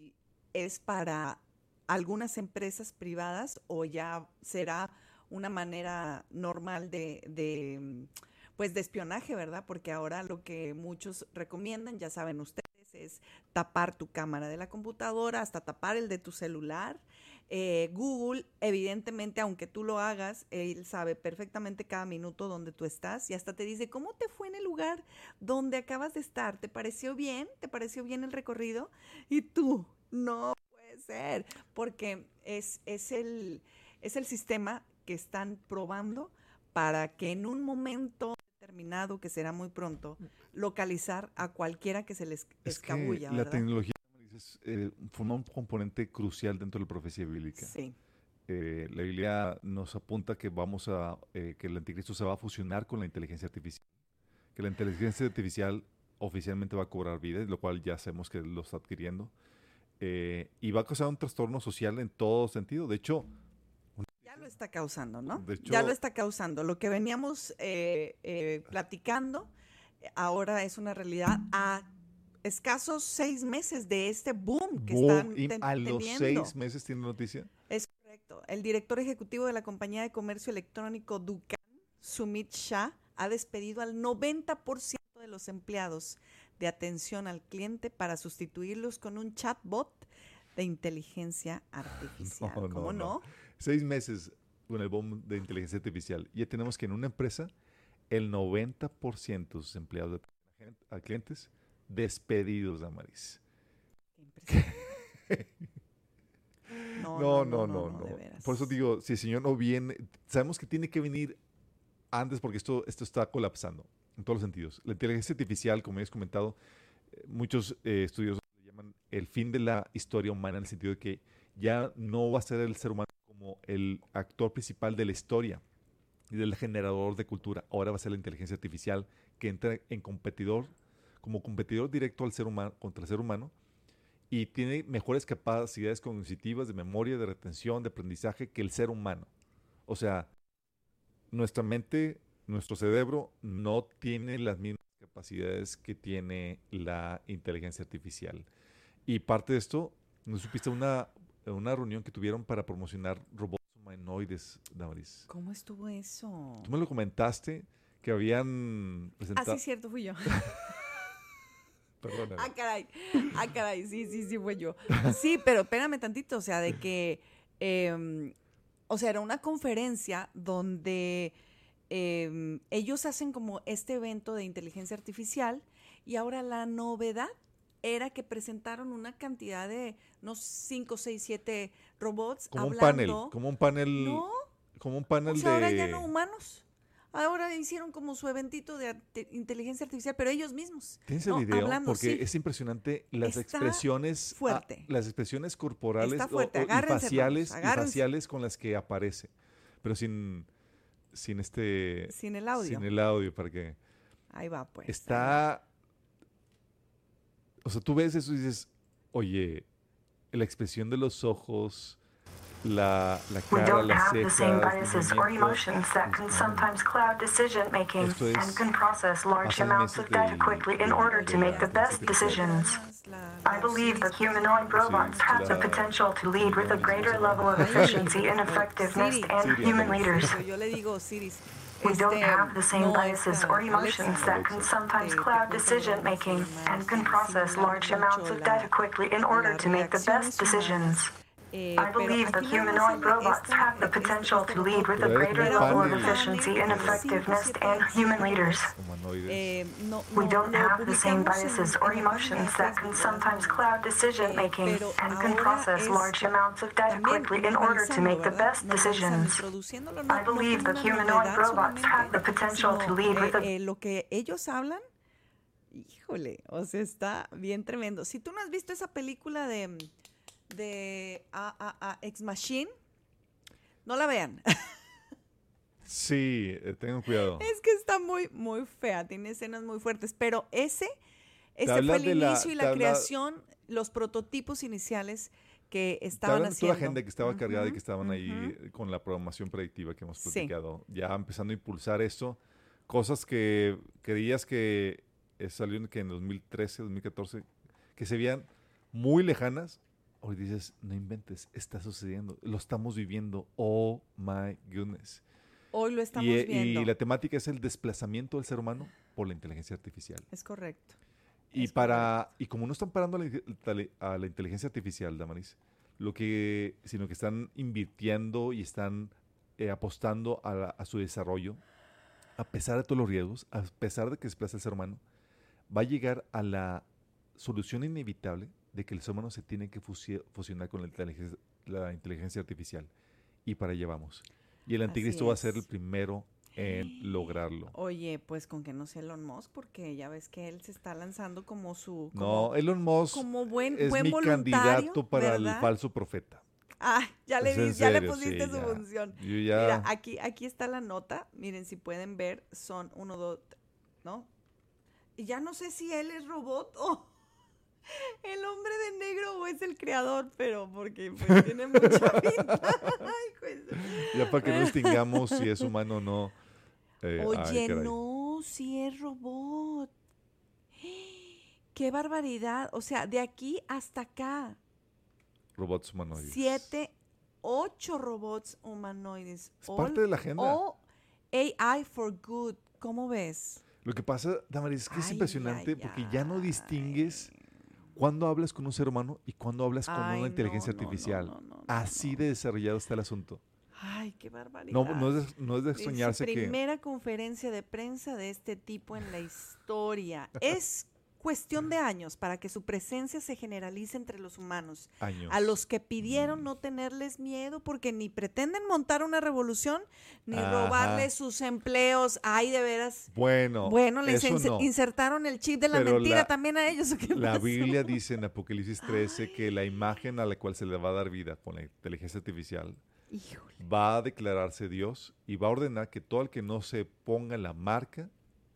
es para algunas empresas privadas o ya será una manera normal de, de, mm, pues de espionaje, ¿verdad? Porque ahora lo que muchos recomiendan, ya saben ustedes, es tapar tu cámara de la computadora, hasta tapar el de tu celular. Eh, Google, evidentemente, aunque tú lo hagas, él sabe perfectamente cada minuto donde tú estás y hasta te dice, ¿cómo te fue en el lugar donde acabas de estar? ¿Te pareció bien? ¿Te pareció bien el recorrido? Y tú, no puede ser, porque es, es, el, es el sistema que están probando para que en un momento determinado, que será muy pronto, localizar a cualquiera que se les Es que escabulla, la ¿verdad? tecnología es, eh, forma un componente crucial dentro de la profecía bíblica. Sí, Eh, la Biblia nos apunta que vamos a eh, que el anticristo se va a fusionar con la inteligencia artificial, que la inteligencia artificial oficialmente va a cobrar vida, lo cual ya sabemos que lo está adquiriendo. Eh, y va a causar un trastorno social en todo sentido. De hecho, ya lo está causando, ¿no? De hecho, ya lo está causando. Lo que veníamos eh, eh, platicando ahora es una realidad a escasos seis meses de este boom que boom, están y ten- a los teniendo. seis meses tiene noticia. Es correcto. El director ejecutivo de la compañía de comercio electrónico Dukan, Sumit Shah, ha despedido al noventa por ciento de los empleados de atención al cliente para sustituirlos con un chatbot de inteligencia artificial. No, no, ¿Cómo no? no. Seis meses con el boom de inteligencia artificial. Ya tenemos que en una empresa el noventa por ciento de sus empleados de atención a clientes despedidos, Damaris. Qué impresionante. No, no, no, no. no, de veras. Por eso digo, si el señor no viene, sabemos que tiene que venir antes porque esto, esto está colapsando en todos los sentidos. La inteligencia artificial, como ya has comentado, eh, muchos eh, estudiosos le llaman el fin de la historia humana en el sentido de que ya no va a ser el ser humano como el actor principal de la historia y del generador de cultura. Ahora va a ser la inteligencia artificial que entra en competidor, como competidor directo al ser humano, contra el ser humano, y tiene mejores capacidades cognitivas de memoria, de retención, de aprendizaje que el ser humano. O sea, nuestra mente, nuestro cerebro no tiene las mismas capacidades que tiene la inteligencia artificial. Y parte de esto, ¿no supiste una, una reunión que tuvieron para promocionar robots humanoides, Damaris? ¿Cómo estuvo eso? Tú me lo comentaste, que habían Ah, presentado... sí, cierto, fui yo. Perdóname. Ah, caray. Ah, caray. Sí, sí, sí, fue yo. Sí, pero espérame tantito. O sea, de que. Eh, o sea, era una conferencia donde eh, ellos hacen como este evento de inteligencia artificial y ahora la novedad era que presentaron una cantidad de unos cinco, seis, siete robots Como un hablando. panel, como un panel, No, como un panel o sea, de... ahora ya no humanos. Ahora hicieron como su eventito de arte- inteligencia artificial, pero ellos mismos. ¿Tienes el ¿no? video? Hablando, Porque sí. es impresionante las Está expresiones, fuerte. ah, las expresiones corporales Está o- fuerte. o- y Agárrense, faciales, hermanos, y agárrense. faciales con las que aparece, pero sin, sin este, Sin el audio. sin el audio para que Ahí va, pues. ahí va. está, o sea, tú ves eso y dices, oye, la expresión de los ojos, la, la We cara, don't las have the same cejas, biases or movimientos, emotions that can los- sometimes cloud decision making Esto es and can process large hace amounts meses of data del- quickly in del- order to de make la the best inteligencia decisions. La- I believe that humanoid robots Sí, have the la- potential to lead with a greater level of Ay, efficiency and o- effectiveness Siri. than Siri, human ándale. leaders. Pero yo le digo, Siris. We don't este, have the same no, biases esta or emotions Alexa, that can Alexa. sometimes eh, cloud que decision controla making más, and can eh, process simular large mucho amounts of la- data quickly in order las to make the reacciones best decisions. humanas. Eh, I pero believe that aquí nada más humanoid sale robots esta- have the este- potential este to lead with a Pero era greater como level of panel. efficiency and Panel, effectiveness cinco, than siete, human siete leaders. humanoides. Eh, no, We no, don't lo have the same publicamos en- biases en or la página de emotions that can Facebook, sometimes ¿verdad? cloud decision Eh, making pero and can ahora process es large amounts of data también quickly in order to make the normalizando, best ¿verdad? Normalizando, decisions. introduciéndolo, no- I no believe como that una humanoid novedad robots have the solamente, potential sino, to lead with a eh, eh, lo que ellos hablan, híjole, o sea, está bien tremendo. Si tú no has visto esa película de, de a, a, a Ex Machine, no la vean. Sí, eh, tengan cuidado. Es que está muy, muy fea, tiene escenas muy fuertes, pero ese, ese habla fue el de la- inicio y te la habla- creación, los prototipos iniciales que Te estaban hablan de toda haciendo. la gente que estaba cargada y Ujú, que estaban ahí ujú. eh, con la programación predictiva que hemos Sí. platicado, ya empezando a impulsar esto, cosas que creías que eh, salió en, que en dos mil trece, dos mil catorce, que se veían muy lejanas, hoy dices, no inventes, está sucediendo, lo estamos viviendo, oh my goodness. Hoy lo estamos Y, eh, viendo. y la temática es el desplazamiento del ser humano por la inteligencia artificial. Es correcto. Y Es para y como no están parando a la, inte- a la inteligencia artificial, Damaris, lo que sino que están invirtiendo y están eh, apostando a, la- a su desarrollo, a pesar de todos los riesgos, a pesar de que desplaza el ser humano, va a llegar a la solución inevitable de que el ser humano se tiene que fusi- fusionar con la inteligencia, la inteligencia artificial. Y para allá vamos. Y el Así anticristo va a ser es. el primero en lograrlo. Oye, pues con que no sea Elon Musk, porque ya ves que él se está lanzando como su... No, Como, Elon Musk como buen, es buen mi voluntario, candidato para el ¿verdad? falso profeta. Ah, ya le, Es en di- ya le serio, pusiste sí, su ya. función. Yo ya... Mira, aquí, aquí está la nota. Miren, si pueden ver, son uno, dos, ¿no? ya no sé si él es robot o el hombre de negro o es el creador, pero porque pues tiene mucha pinta. Ay, pues. Ya para que no distingamos si es humano o no. eh, ay, Oye, caray. no, si es robot. Qué barbaridad. O sea, de aquí hasta acá. Robots humanoides. Siete, ocho robots humanoides. Es parte de la agenda. O A I for good. ¿Cómo ves? Lo que pasa, Damaris, es que es Ay, impresionante ay, porque ya no ay. distingues cuándo hablas con un ser humano y cuándo hablas con Ay, una inteligencia no, no, artificial. no, no, no, Así no. de desarrollado está el asunto. Ay, qué barbaridad. No, no, es de, no es de Dice, extrañarse que... primera conferencia de prensa de este tipo en la historia. Es cuestión de años para que su presencia se generalice entre los humanos. Años. A los que pidieron no tenerles miedo porque ni pretenden montar una revolución ni Ajá. robarles sus empleos. Ay, de veras. Bueno, Bueno, les eso inse- no. insertaron el chip de la Pero mentira la- también a ellos. ¿o qué La pasó? Biblia dice en Apocalipsis trece que la imagen a la cual se le va a dar vida con la inteligencia artificial Híjole. va a declararse Dios y va a ordenar que todo el que no se ponga la marca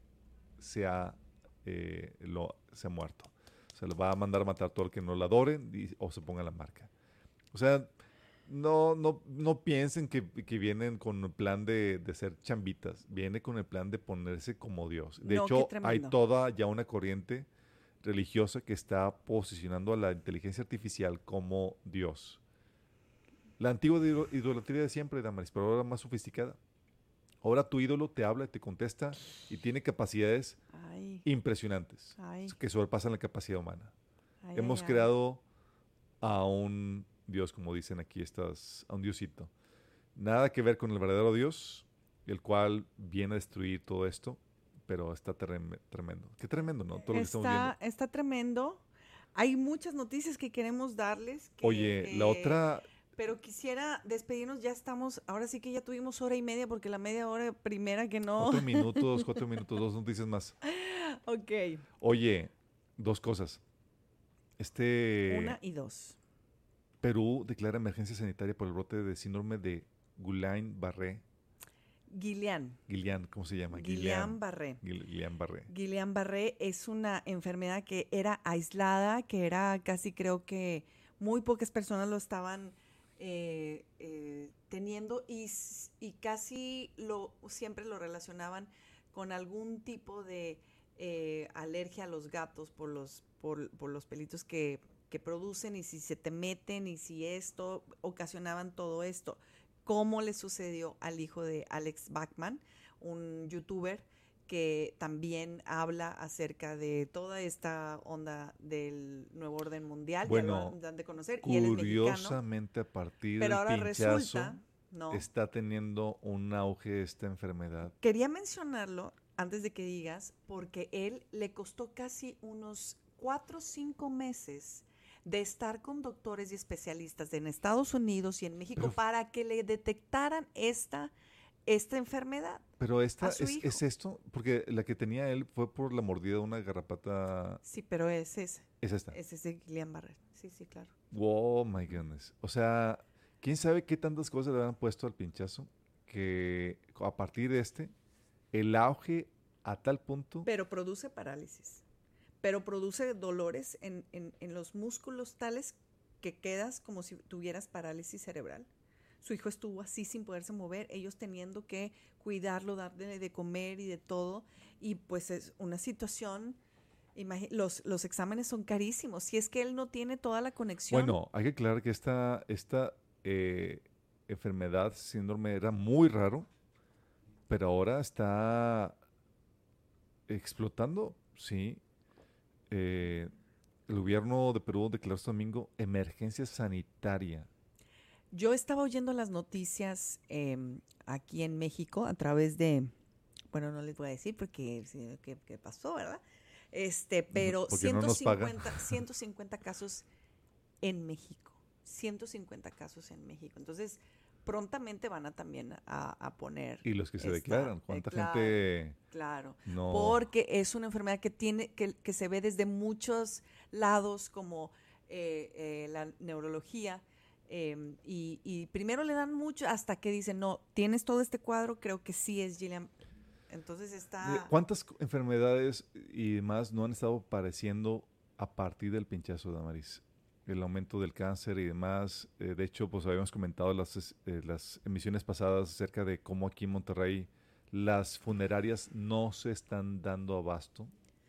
sea, eh, lo, sea muerto. Se lo va a mandar a matar todo el que no la adore y- o se ponga la marca. O sea, no, no, no piensen que, que vienen con el plan de, de ser chambitas. Viene con el plan de ponerse como Dios. De No, qué hecho, tremendo. hay toda ya una corriente religiosa que está posicionando a la inteligencia artificial como Dios. La antigua idol- idolatría de siempre, Damaris, pero ahora más sofisticada. Ahora tu ídolo te habla, te contesta y tiene capacidades Ay, impresionantes ay, que sobrepasan la capacidad humana. ay, Hemos ay, ay. creado a un Dios, como dicen aquí estas, a un Diosito. Nada que ver con el verdadero Dios, el cual viene a destruir todo esto, pero está trem- tremendo. Qué tremendo, ¿no? Todo lo que estamos viendo. Está, está tremendo. Hay muchas noticias que queremos darles. que, Oye, la eh, otra, Pero quisiera despedirnos, ya estamos, ahora sí que ya tuvimos hora y media porque la media hora primera que no. cuatro minutos, cuatro minutos, dos noticias más. Ok, Oye, dos cosas. Este una y dos. Perú declara emergencia sanitaria por el brote de síndrome de Guillain-Barré. Guillain, Guillain, ¿cómo se llama? Guillain-Barré. Guil- Guillain-Barré. Guillain-Barré es una enfermedad que era aislada, que era casi creo que muy pocas personas lo estaban eh, eh, teniendo y, s- y casi lo siempre lo relacionaban con algún tipo de eh, alergia a los gatos por los, por, por los pelitos que, que producen y si se te meten y si esto ocasionaban todo esto. ¿Cómo le sucedió al hijo de Alex Bachman, un youtuber que también habla acerca de toda esta onda del nuevo orden mundial? Bueno, ya lo dan de conocer, y él es mexicano. Curiosamente, a partir Pero del ahora pinchazo, resulta, no. está teniendo un auge esta enfermedad. Quería mencionarlo antes de que digas, porque él le costó casi unos cuatro o cinco meses de estar con doctores y especialistas en Estados Unidos y en México Pero- para que le detectaran esta, esta enfermedad. Pero esta a su es, hijo. es esto, porque la que tenía él fue por la mordida de una garrapata. Sí, pero es ese, Es esta. es ese Guillain-Barré. Sí, sí, claro. Oh my goodness. O sea, quién sabe qué tantas cosas le han puesto al pinchazo que a partir de este, el auge a tal punto. Pero produce parálisis. Pero produce dolores en, en, en los músculos tales que quedas como si tuvieras parálisis cerebral. Su hijo estuvo así sin poderse mover, ellos teniendo que cuidarlo, darle de comer y de todo. Y pues es una situación, imagi- los, los exámenes son carísimos. Si es que él no tiene toda la conexión. Bueno, hay que aclarar que esta, esta eh, enfermedad, síndrome, era muy raro, pero ahora está explotando, sí. Eh, el gobierno de Perú declaró este domingo emergencia sanitaria. Yo estaba oyendo las noticias eh, aquí en México a través de, bueno, no les voy a decir porque sí, qué, qué pasó, ¿verdad? Este, pero porque no nos pagan. ciento cincuenta, ciento cincuenta casos en México, ciento cincuenta casos en México. Entonces, prontamente van a también a, a poner. Y los que se esta- declaran, eh, ¿cuánta claro, gente Claro. no? Porque es una enfermedad que tiene, que, que se ve desde muchos lados, como eh, eh, la neurología. eh, y, y primero le dan mucho hasta que dicen, no, tienes todo este cuadro, creo que sí es Guillain, Entonces está... ¿Cuántas enfermedades y demás no han estado apareciendo a partir del pinchazo, Damaris? El aumento del cáncer y demás. Eh, de hecho, pues habíamos comentado las, eh, las emisiones pasadas acerca de cómo aquí en Monterrey las funerarias no se están dando abasto,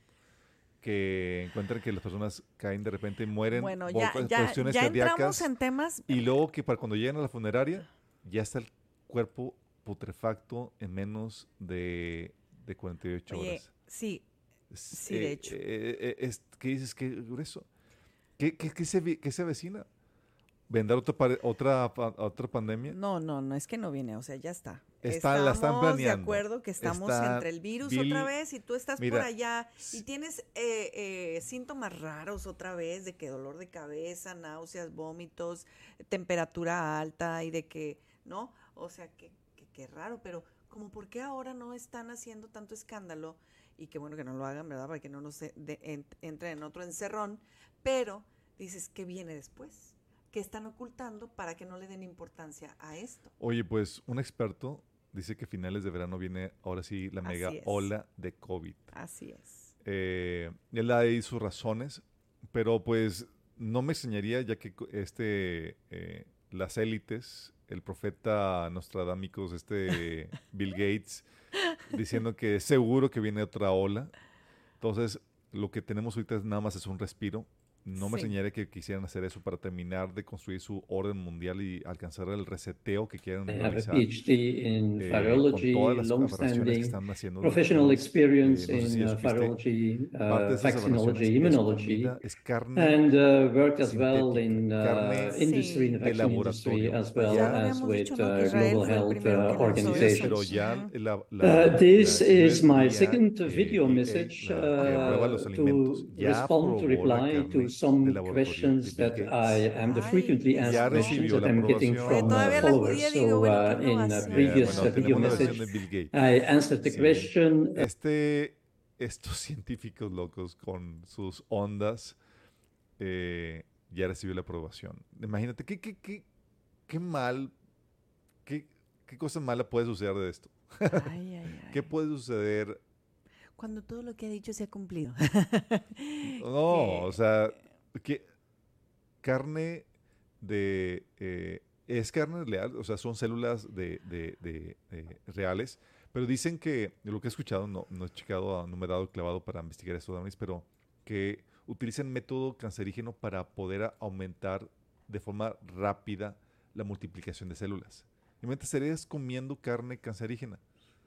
que encuentran que las personas caen de repente y mueren Bueno, por ya, cu- ya, cuestiones ya cardíacas. entramos en temas... Y luego que para cuando llegan a la funeraria, ya está el cuerpo putrefacto en menos de, de cuarenta y ocho Oye, horas. sí, Es- sí, de hecho. eh, eh, es- ¿Qué dices? ¿Qué grueso? ¿Qué, qué, qué se, vi- qué se avecina? ¿Vendrá otra, pare- otra, pa- otra pandemia? No, no, no es que no viene, o sea, ya está. Está- la están Estamos de planeando. acuerdo que estamos Está entre el virus Bill- otra vez y tú estás Mira, por allá y s- tienes eh, eh, síntomas raros otra vez de que dolor de cabeza, náuseas, vómitos, temperatura alta y de que, ¿no? O sea, que, que, que raro, pero como por qué ahora no están haciendo tanto escándalo y qué bueno que no lo hagan, ¿verdad? Para que no nos de- de- en- entren en otro encerrón, pero dices, ¿qué viene después? ¿Qué están ocultando para que no le den importancia a esto? Oye, pues un experto dice que a finales de verano viene ahora sí la mega Así es. ola de COVID. Así es. Eh, él da ahí sus razones, pero pues no me extrañaría ya que co- este, eh, las élites, el profeta Nostradamus, este Bill Gates, diciendo que seguro que viene otra ola. Entonces, lo que tenemos ahorita es nada más es un respiro. No me Sí. enseñaría que quisieran hacer eso para terminar de construir su orden mundial y alcanzar el reseteo que quieren I have a realizar. PhD in eh, virology, con todas las aberraciones que long-standing están haciendo. professional experience eh, no sé si in ya uh, supiste, virology, parte uh, de esas aberraciones vaccinology, es immunology, comida, es carne and uh, worked as well sintética, in uh, carne industry, in the Sí. de vaccine industry, laboratorio. as well Ya- Ya lo as habíamos with dicho, ¿no? uh, Que Israel global fue el health primero uh, que lanzó eso. organizations. pero ya Ujú. la, Uh, la, this la is my U S D A, second eh, video E A, message la que aprueba uh, los alimentos, to ya respond, to aprobó la reply carne to de some laboratorio questions de that Bill I Gates. am the Ay, frequently eso asked Ya no. questions recibió that la I'm getting aprobación. Oye, from uh, todavía la followers. judía So digo, bueno, uh, qué in a innovación. Eh, previous bueno, uh, video tenemos la message, versión de Bill Gates. I answered the Sí. question. uh, Este, estos científicos locos con sus ondas eh, ya recibió la aprobación. Imagínate, ¿qué, qué, qué, qué mal, qué, qué cosa mala puede suceder de esto? Ay, ay, ay. ¿Qué puede suceder? Cuando todo lo que ha dicho se ha cumplido. No, Que- o sea, que carne de... eh, es carne real, o sea, son células de, de- de, eh, reales, pero dicen que, de lo que he escuchado, no, no he checado, no me he dado clavado para investigar esto, Damaris, pero que utilizan método cancerígeno para poder a- aumentar de forma rápida la multiplicación de células. Imagínate, estarías comiendo carne cancerígena.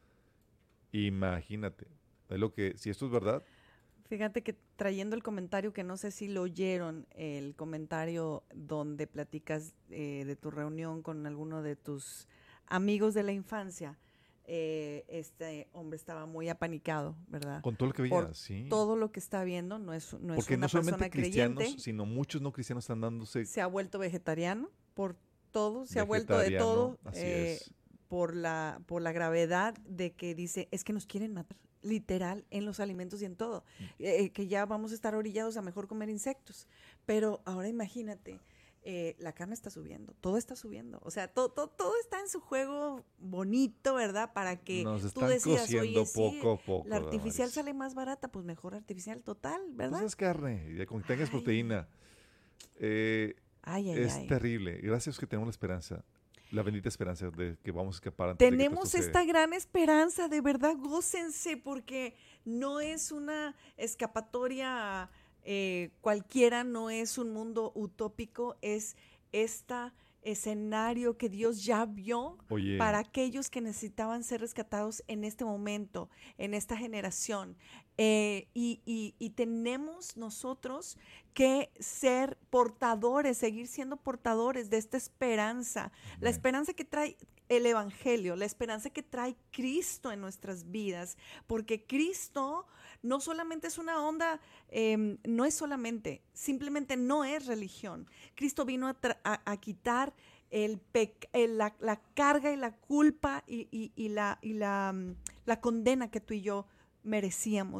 Imagínate. Es lo que, si esto es verdad, Fíjate que trayendo el comentario, que no sé si lo oyeron, el comentario donde platicas eh, de tu reunión con alguno de tus amigos de la infancia, eh, este hombre estaba muy apanicado, ¿verdad? con todo lo que veía, Por sí. Todo lo que está viendo, no es, no es Porque una no solamente persona cristianos, creyente, sino muchos no cristianos están dándose se ha vuelto vegetariano por todo, se ha vuelto de vegetariano, todo así eh, es. por la por la gravedad de que dice, es que nos quieren matar, literal, en los alimentos y en todo, Mm. eh, que ya vamos a estar orillados a mejor comer insectos. Pero ahora imagínate, eh, la carne está subiendo, todo está subiendo, o sea, todo, todo, todo está en su juego bonito, ¿verdad? Para que Nos tú están decidas, cociendo oye, sí, poco a poco. la artificial Damaris. sale más barata, pues mejor artificial total, ¿verdad? Pues es carne, y con que tengas Ay. proteína. Eh, Ay, ay, es ay. terrible. Gracias que tenemos la esperanza, la bendita esperanza de que vamos a escapar antes de que todo Tenemos esto se- esta gran esperanza, de verdad, gócense, porque no es una escapatoria eh, cualquiera, no es un mundo utópico, es este escenario que Dios ya vio Oye, para aquellos que necesitaban ser rescatados en este momento, en esta generación. Eh, y, y- y tenemos nosotros que ser portadores, seguir siendo portadores de esta esperanza, la amén. esperanza que trae el Evangelio, la esperanza que trae Cristo en nuestras vidas, porque Cristo no solamente es una onda, eh, no es solamente, simplemente no es religión. Cristo vino a, tra- a- a quitar el pec- el- la, la carga y la culpa y, y- y la, y la, mm, la condena que tú y yo merecíamos.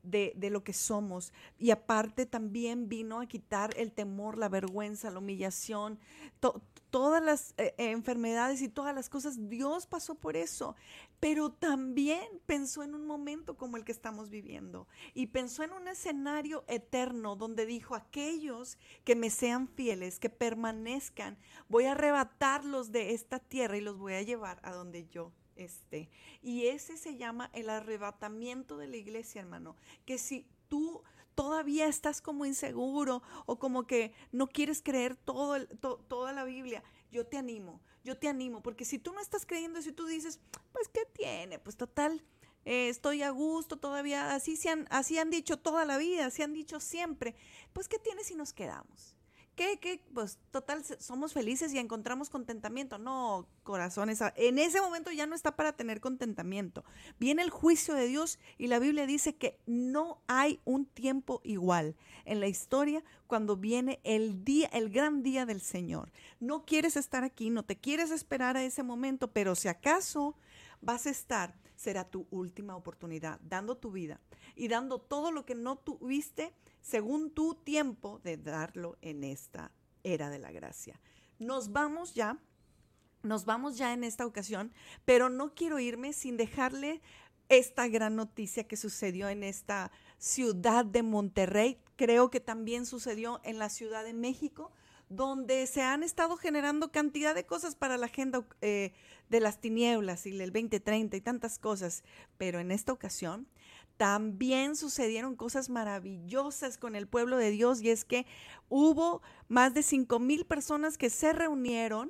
de, de lo que somos. Y aparte también vino a quitar el temor, la vergüenza, la humillación, to, todas las eh, enfermedades y todas las cosas. Dios pasó por eso, pero también pensó en un momento como el que estamos viviendo y pensó en un escenario eterno donde dijo: aquellos que me sean fieles, que permanezcan, voy a arrebatarlos de esta tierra y los voy a llevar a donde yo esté. Y ese se llama el arrebatamiento de la iglesia, hermano, que si tú todavía estás como inseguro o como que no quieres creer todo el, to, toda la Biblia, yo te animo, yo te animo, porque si tú no estás creyendo, si tú dices, pues ¿qué tiene? Pues total, eh, estoy a gusto todavía, así, se han, así han dicho toda la vida, así han dicho siempre, pues ¿qué tiene si nos quedamos? ¿Qué, qué? Pues total, somos felices y encontramos contentamiento. No, corazones, en ese momento ya no está para tener contentamiento. Viene el juicio de Dios y la Biblia dice que no hay un tiempo igual en la historia cuando viene el día, el gran día del Señor. No quieres estar aquí, no te quieres esperar a ese momento, pero si acaso vas a estar, será tu última oportunidad, dando tu vida y dando todo lo que no tuviste según tu tiempo de darlo en esta era de la gracia. Nos vamos ya, nos vamos ya en esta ocasión, pero no quiero irme sin dejarle esta gran noticia que sucedió en esta ciudad de Monterrey. Creo que también sucedió en la Ciudad de México, donde se han estado generando cantidad de cosas para la agenda eh, de las tinieblas y el veinte treinta y tantas cosas, pero en esta ocasión también sucedieron cosas maravillosas con el pueblo de Dios, y es que hubo más de cinco mil personas que se reunieron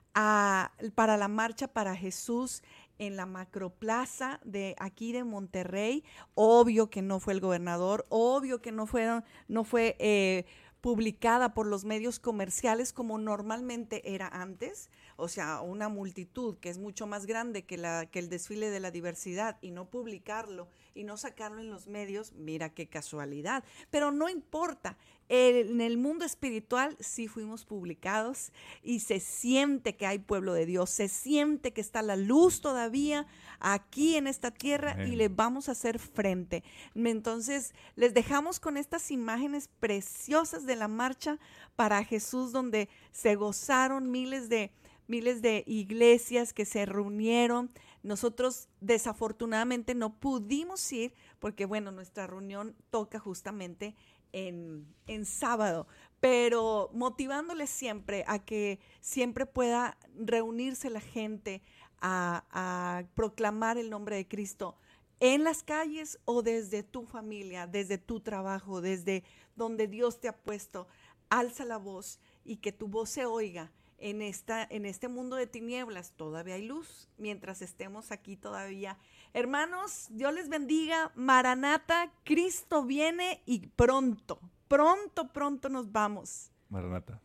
a, para la marcha para Jesús en la macroplaza de aquí de Monterrey. Obvio que no fue el gobernador, obvio que no fueron, no fue eh, publicada por los medios comerciales como normalmente era antes, o sea, una multitud que es mucho más grande que, la, que el desfile de la diversidad, y no publicarlo y no sacarlo en los medios, mira qué casualidad, pero no importa. En el mundo espiritual sí fuimos publicados y se siente que hay pueblo de Dios, se siente que está la luz todavía aquí en esta tierra. Amén. Y le vamos a hacer frente. Entonces les dejamos con estas imágenes preciosas de la marcha para Jesús, donde se gozaron miles de miles de iglesias que se reunieron. Nosotros desafortunadamente no pudimos ir porque, bueno, nuestra reunión toca justamente en, en sábado, pero motivándoles siempre a que siempre pueda reunirse la gente a, a proclamar el nombre de Cristo en las calles o desde tu familia, desde tu trabajo, desde donde Dios te ha puesto. Alza la voz y que tu voz se oiga. En, esta, en este mundo de tinieblas todavía hay luz, mientras estemos aquí todavía. Hermanos, Dios les bendiga. Maranata, Cristo viene y pronto, pronto, pronto nos vamos. Maranata.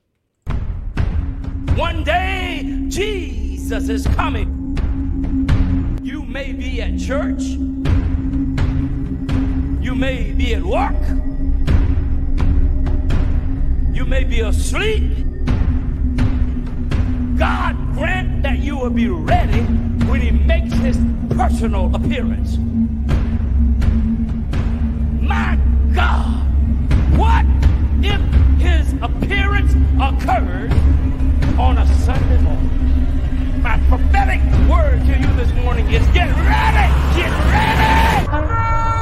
One day, Jesus is coming. You may be at church. You may be at work. You may be asleep. God grant that you will be ready when He makes His personal appearance. My God, what if His appearance occurs on a Sunday morning? My prophetic word to you this morning is get ready, get ready!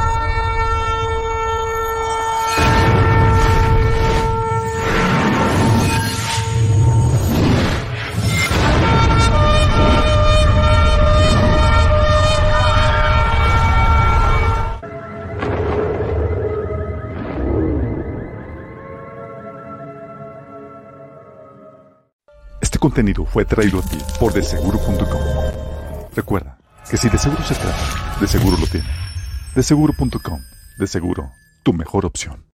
Este contenido fue traído a ti por de seguro punto com. Recuerda que si de seguro se trata, de seguro lo tiene. de seguro punto com, de seguro, tu mejor opción.